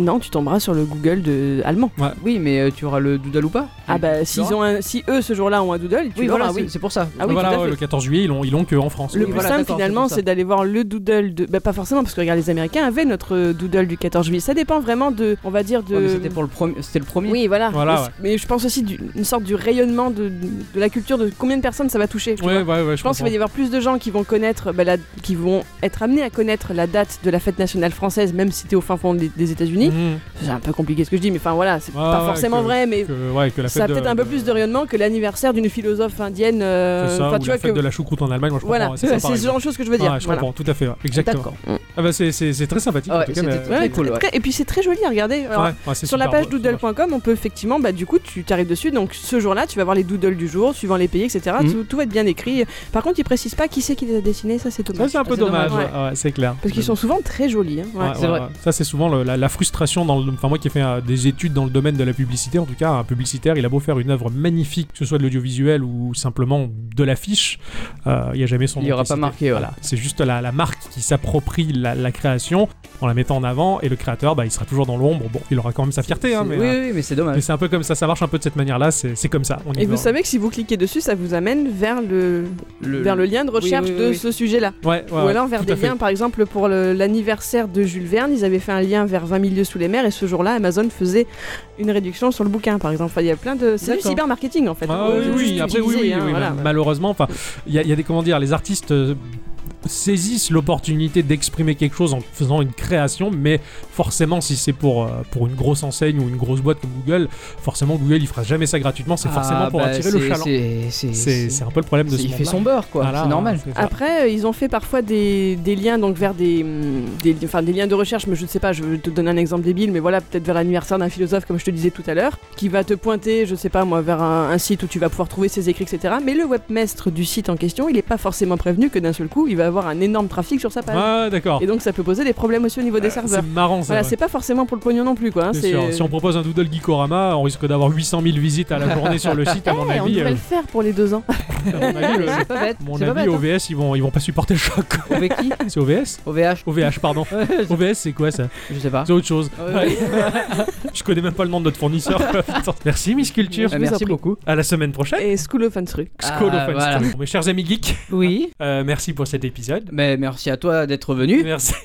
Non, tu tomberas sur le Google de allemand. Oui, mais euh, tu auras le doodle ou pas? Ah bah s'ils ont un, si eux ce jour-là ont un doodle, tu Oui, l'auras, voilà, oui. c'est, c'est pour ça. Ah oui, voilà, tout à ouais, fait. le quatorze juillet, ils l'ont, ils l'ont que en France. Le Oui, plus voilà, simple d'accord, finalement, c'est pour ça. c'est d'aller voir le doodle de. Bah pas forcément parce que regarde, les Américains avaient notre doodle du quatorze juillet. Ça dépend vraiment de, on va dire de. Ouais, mais c'était pour le premier. C'était le premier. Oui, voilà. Voilà, mais, ouais. mais je pense aussi d'une sorte du rayonnement de, de la culture, de combien de personnes ça va toucher. tu Ouais, vois. ouais, ouais, je, Je pense qu'il va y avoir plus de gens qui vont connaître, bah, la, qui vont être amenés à connaître la date de la fête nationale française, même si t'es au fin fond des, des États-Unis. Mhm. C'est un peu compliqué ce que je dis, mais enfin voilà, c'est Ouais, pas ouais, forcément que- vrai, mais Que, ouais, que la ça a fête peut-être de- un peu plus de rayonnement que l'anniversaire d'une philosophe indienne. euh, C'est ça, enfin, ou tu la vois fête que de la choucroute en Allemagne, moi je voilà, comprends. c'est ça, c'est par ce exemple. genre de choses que je veux dire. Ouais, je Voilà. comprends, tout à fait, ouais, exactement. D'accord. Ah bah c'est, c'est, c'est très sympathique Ah en ouais, tout cas. c'était mais- très Ouais, cool, très- ouais. très- Et puis c'est très joli à regarder. Alors, Ouais, ouais, c'est sur la super page beau, doodle c'est point com, on peut effectivement, bah, du coup, tu t'arrives dessus. Donc ce jour-là, tu vas voir les doodles du jour, suivant les pays, et cetera. Mhm. Tout, tout va être bien écrit. Par contre, ils précisent pas qui c'est qui les a dessinés. Ça, c'est Ça dommage. c'est un peu c'est dommage, dommage, ouais. ouais, ouais, c'est clair. Parce qu'ils sont souvent très jolis. hein. Ouais. Ouais, c'est ouais, vrai. ouais. Ça c'est souvent le- la, la frustration dans le. Enfin moi qui ai fait euh, des études dans le domaine de la publicité, en tout cas un publicitaire, il a beau faire une œuvre magnifique, que ce soit de l'audiovisuel ou simplement de l'affiche, euh, il y a jamais son Il y nom aura qui est pas cité. marqué, ouais. Voilà, c'est juste la, la marque qui s'approprie la, la création en la mettant en avant, et le créateur, bah il sera toujours dans l'ombre. Bon, il aura quand même sa fierté, hein, C'est- mais. oui, euh, oui, mais c'est mais dommage. c'est un peu comme ça, ça marche un peu de cette manière-là, c'est, c'est comme ça. On y Et va. vous savez que si vous cliquez dessus, ça vous amène vers le, vers le lien de recherche oui, oui, de oui. ce sujet-là. Ouais, ouais, Ou ouais, alors vers tout des à fait. liens, par exemple pour le- l'anniversaire de Jules Verne, ils avaient fait un lien vers vingt mille lieues sous les mers et ce jour-là, Amazon faisait une réduction sur le bouquin, par exemple. Enfin, il y a plein de. C'est du D'accord. cybermarketing en fait. Ah, Euh, oui, juste oui, après oui, utilisé, oui, hein, oui, voilà. ma- malheureusement, enfin, il y, a- il y a des comment dire, les artistes euh, saisissent l'opportunité d'exprimer quelque chose en faisant une création, mais forcément, si c'est pour euh, pour une grosse enseigne ou une grosse boîte comme Google, forcément Google il fera jamais ça gratuitement, c'est forcément Ah, pour bah, attirer c'est- le chaland. C'est, c'est, C'est c'est un peu le problème de c'est- ce il fait monde-là. son beurre, quoi. Voilà, c'est normal. c'est ça. Après, euh, ils ont fait parfois des, des liens donc vers des, hum, des, enfin, des liens de recherche, mais je ne sais pas, je vais te donner un exemple débile, mais voilà, peut-être vers l'anniversaire d'un philosophe, comme je te disais tout à l'heure, qui va te pointer, je sais pas moi, vers un, un site où tu vas pouvoir trouver ses écrits, et cetera. Mais le webmaster du site en question, il n'est pas forcément prévenu que d'un seul coup, il va avoir un énorme trafic sur sa page. Ah, d'accord. Et donc, ça peut poser des problèmes aussi au niveau des serveurs. C'est marrant ça. Voilà, ouais. c'est pas forcément pour le pognon non plus, quoi. hein, C'est c'est- sûr. Si on propose un doodle Geekorama, on risque d'avoir huit cent mille visites à la journée sur le site, à mon Eh, on avis. devrait euh, le faire pour les deux ans. à mon avis, le- C'est pas bête. à mon c'est pas avis, bête, O V S, ils vont, ils vont pas supporter le choc. hein. O V qui C'est O V S O V H O V H, pardon. O V S, c'est quoi ça Je sais pas. C'est autre chose. Ouais, ouais. Je connais même pas le nom de notre fournisseur. Merci Miss Culture. Je Euh, vous en Merci prie. beaucoup. À la semaine prochaine. Et School of Fun Skull Ah, of voilà. Unstone. Mes chers amis geeks, Oui. euh, merci pour cet épisode. Mais merci à toi d'être venu. Merci.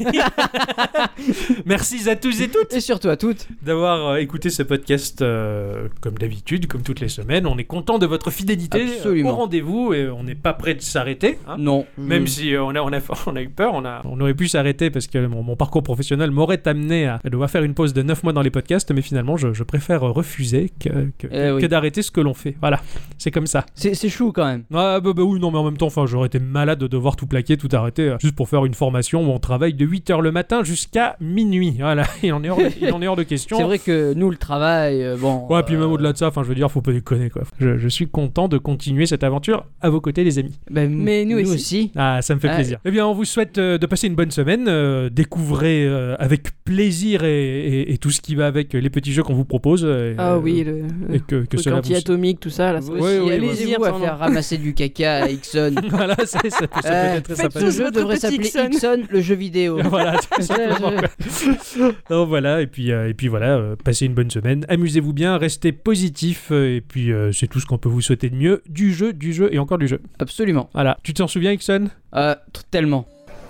Merci à tous et toutes Et surtout à toutes. d'avoir euh, écouté ce podcast euh, comme d'habitude, comme toutes les semaines. On est content de votre fidélité euh, Absolument. au rendez-vous et on n'est pas prêt de s'arrêter. hein. Non. Même je- si euh, on, a, on, a, on a eu peur, on, a, on aurait pu s'arrêter parce que mon, mon parcours professionnel m'aurait amené à, à devoir faire une pause de neuf mois dans les podcasts, mais finalement je, je préfère refuser que, que, Eh que- oui. que d'arrêter ce que l'on fait. Voilà, c'est comme ça. C'est, c'est chou quand même. Ah bah, bah oui, non mais en même temps, enfin, j'aurais été malade de devoir tout plaquer, tout arrêter, euh, juste pour faire une formation où on travaille de huit heures le matin jusqu'à minuit. Voilà, il en est hors de, il en est hors de question. C'est vrai que nous, le travail, euh, bon. Ouais, puis même euh, au-delà de ça, enfin, je veux dire, faut pas déconner quoi. Je, je suis content de continuer cette aventure à vos côtés, les amis. ben, Mais nous aussi. aussi. Ah, ça me fait Ouais. plaisir. Eh bien, on vous souhaite euh, de passer une bonne semaine. euh, découvrez euh, avec plaisir et, et- et tout ce qui va avec les petits jeux qu'on vous propose. euh, Ah oui, le, Et que, que truc cela vous... anti-atomique, tout ça. Là, Vous c'est- Ouais, aussi, oui, allez-y, ouais. vous à enfin, faire non. ramasser du caca à Ixon. voilà, c'est- ça, peut- ça peut Euh, être très faites sympa. Ce tous jeu votre devrait petit s'appeler Ixon. Ixon, le jeu vidéo. Voilà, tout simplement, quoi. Donc voilà, et puis, euh, et puis voilà, euh, passez une bonne semaine, amusez-vous bien, restez positifs, euh, et puis euh, c'est tout ce qu'on peut vous souhaiter de mieux, du jeu, du jeu et encore du jeu. Absolument. Voilà, tu t'en souviens, Ixon? Euh, t- tellement.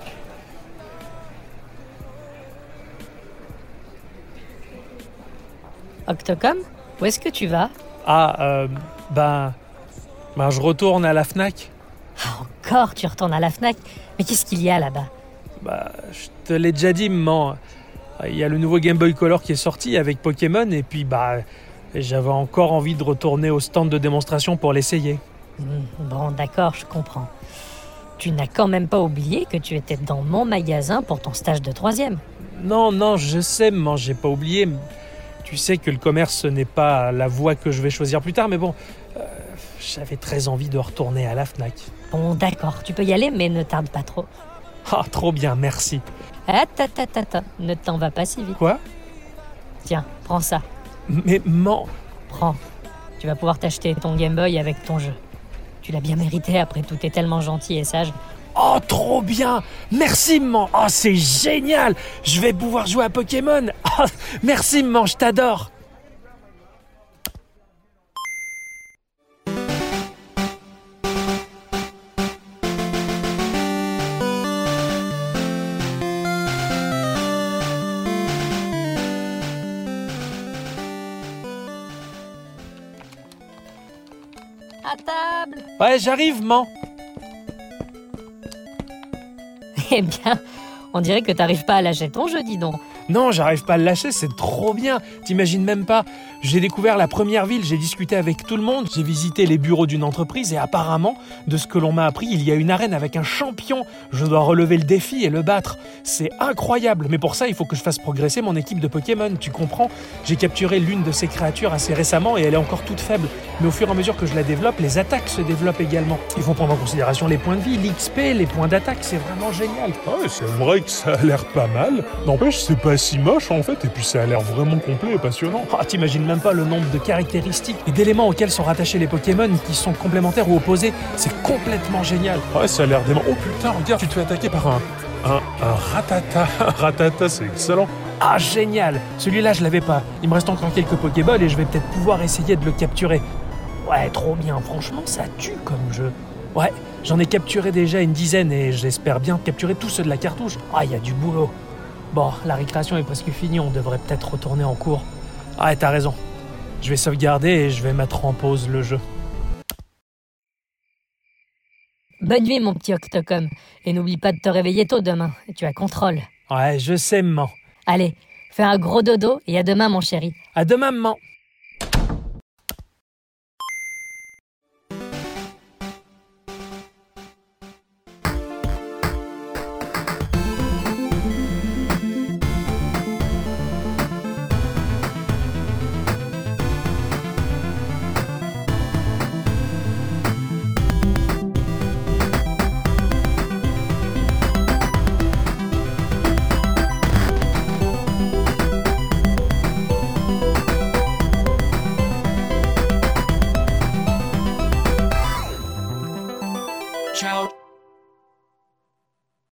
Octocom, où est-ce que tu vas? Ah, euh, ben, ben, je retourne à la Fnac. Ah, encore, tu retournes à la Fnac? Mais qu'est-ce qu'il y a là-bas? Bah, je te l'ai déjà dit, maman. Il y a le nouveau Game Boy Color qui est sorti avec Pokémon, et puis, bah, j'avais encore envie de retourner au stand de démonstration pour l'essayer. Hmm, Bon, d'accord, je comprends. Tu n'as quand même pas oublié que tu étais dans mon magasin pour ton stage de troisième. Non, non, je sais, maman, j'ai pas oublié. Tu sais que le commerce n'est pas la voie que je vais choisir plus tard, mais bon, euh, j'avais très envie de retourner à la Fnac. Bon, d'accord, tu peux y aller, mais ne tarde pas trop. Ah, trop bien, merci. Attends, attends, attends, ne t'en va pas si vite. Quoi? Tiens, prends ça, Mais, maman, prends. Tu vas pouvoir t'acheter ton Game Boy avec ton jeu. Tu l'as bien mérité, après tout, t'es tellement gentil et sage. oh, Oh, trop bien! Merci, maman! Oh, c'est génial! Je vais pouvoir jouer à Pokémon! Oh, merci, maman, je t'adore! À table. Ouais, j'arrive, maman! Eh bien, on dirait que t'arrives pas à lâcher ton jeu, dis donc. Non, j'arrive pas à le lâcher, c'est trop bien. T'imagines même pas. J'ai découvert la première ville, j'ai discuté avec tout le monde, j'ai visité les bureaux d'une entreprise et apparemment, de ce que l'on m'a appris, il y a une arène avec un champion. Je dois relever le défi et le battre. C'est incroyable, mais pour ça, il faut que je fasse progresser mon équipe de Pokémon, tu comprends? J'ai capturé l'une de ces créatures assez récemment et elle est encore toute faible. Mais au fur et à mesure que je la développe, les attaques se développent également. Il faut prendre en considération les points de vie, l'X P, les points d'attaque, c'est vraiment génial. Ouais, c'est vrai que ça a l'air pas mal. N'empêche, c'est pas si moche en fait, et puis ça a l'air vraiment complet et passionnant. Oh, t'imagines même pas le nombre de caractéristiques et d'éléments auxquels sont rattachés les Pokémon qui sont complémentaires ou opposés. C'est complètement génial. Ouais, ça a l'air dément. Oh putain, regarde, tu te fais attaquer par un... un... un Rattata. Rattata, c'est excellent. Ah, génial! Celui-là, je l'avais pas. Il me reste encore quelques Pokéballs et je vais peut-être pouvoir essayer de le capturer. Ouais, trop bien. Franchement, ça tue comme jeu. Ouais, j'en ai capturé déjà une dizaine et j'espère bien capturer tous ceux de la cartouche. Ah, il y a du boulot. Bon, la récréation est presque finie, on devrait peut-être retourner en cours. Ah, t'as raison. Je vais sauvegarder et je vais mettre en pause le jeu. Bonne nuit, mon petit Octocom. Et n'oublie pas de te réveiller tôt demain. Tu as contrôle. Ouais, je sais, maman. Allez, fais un gros dodo et à demain, mon chéri. À demain, maman.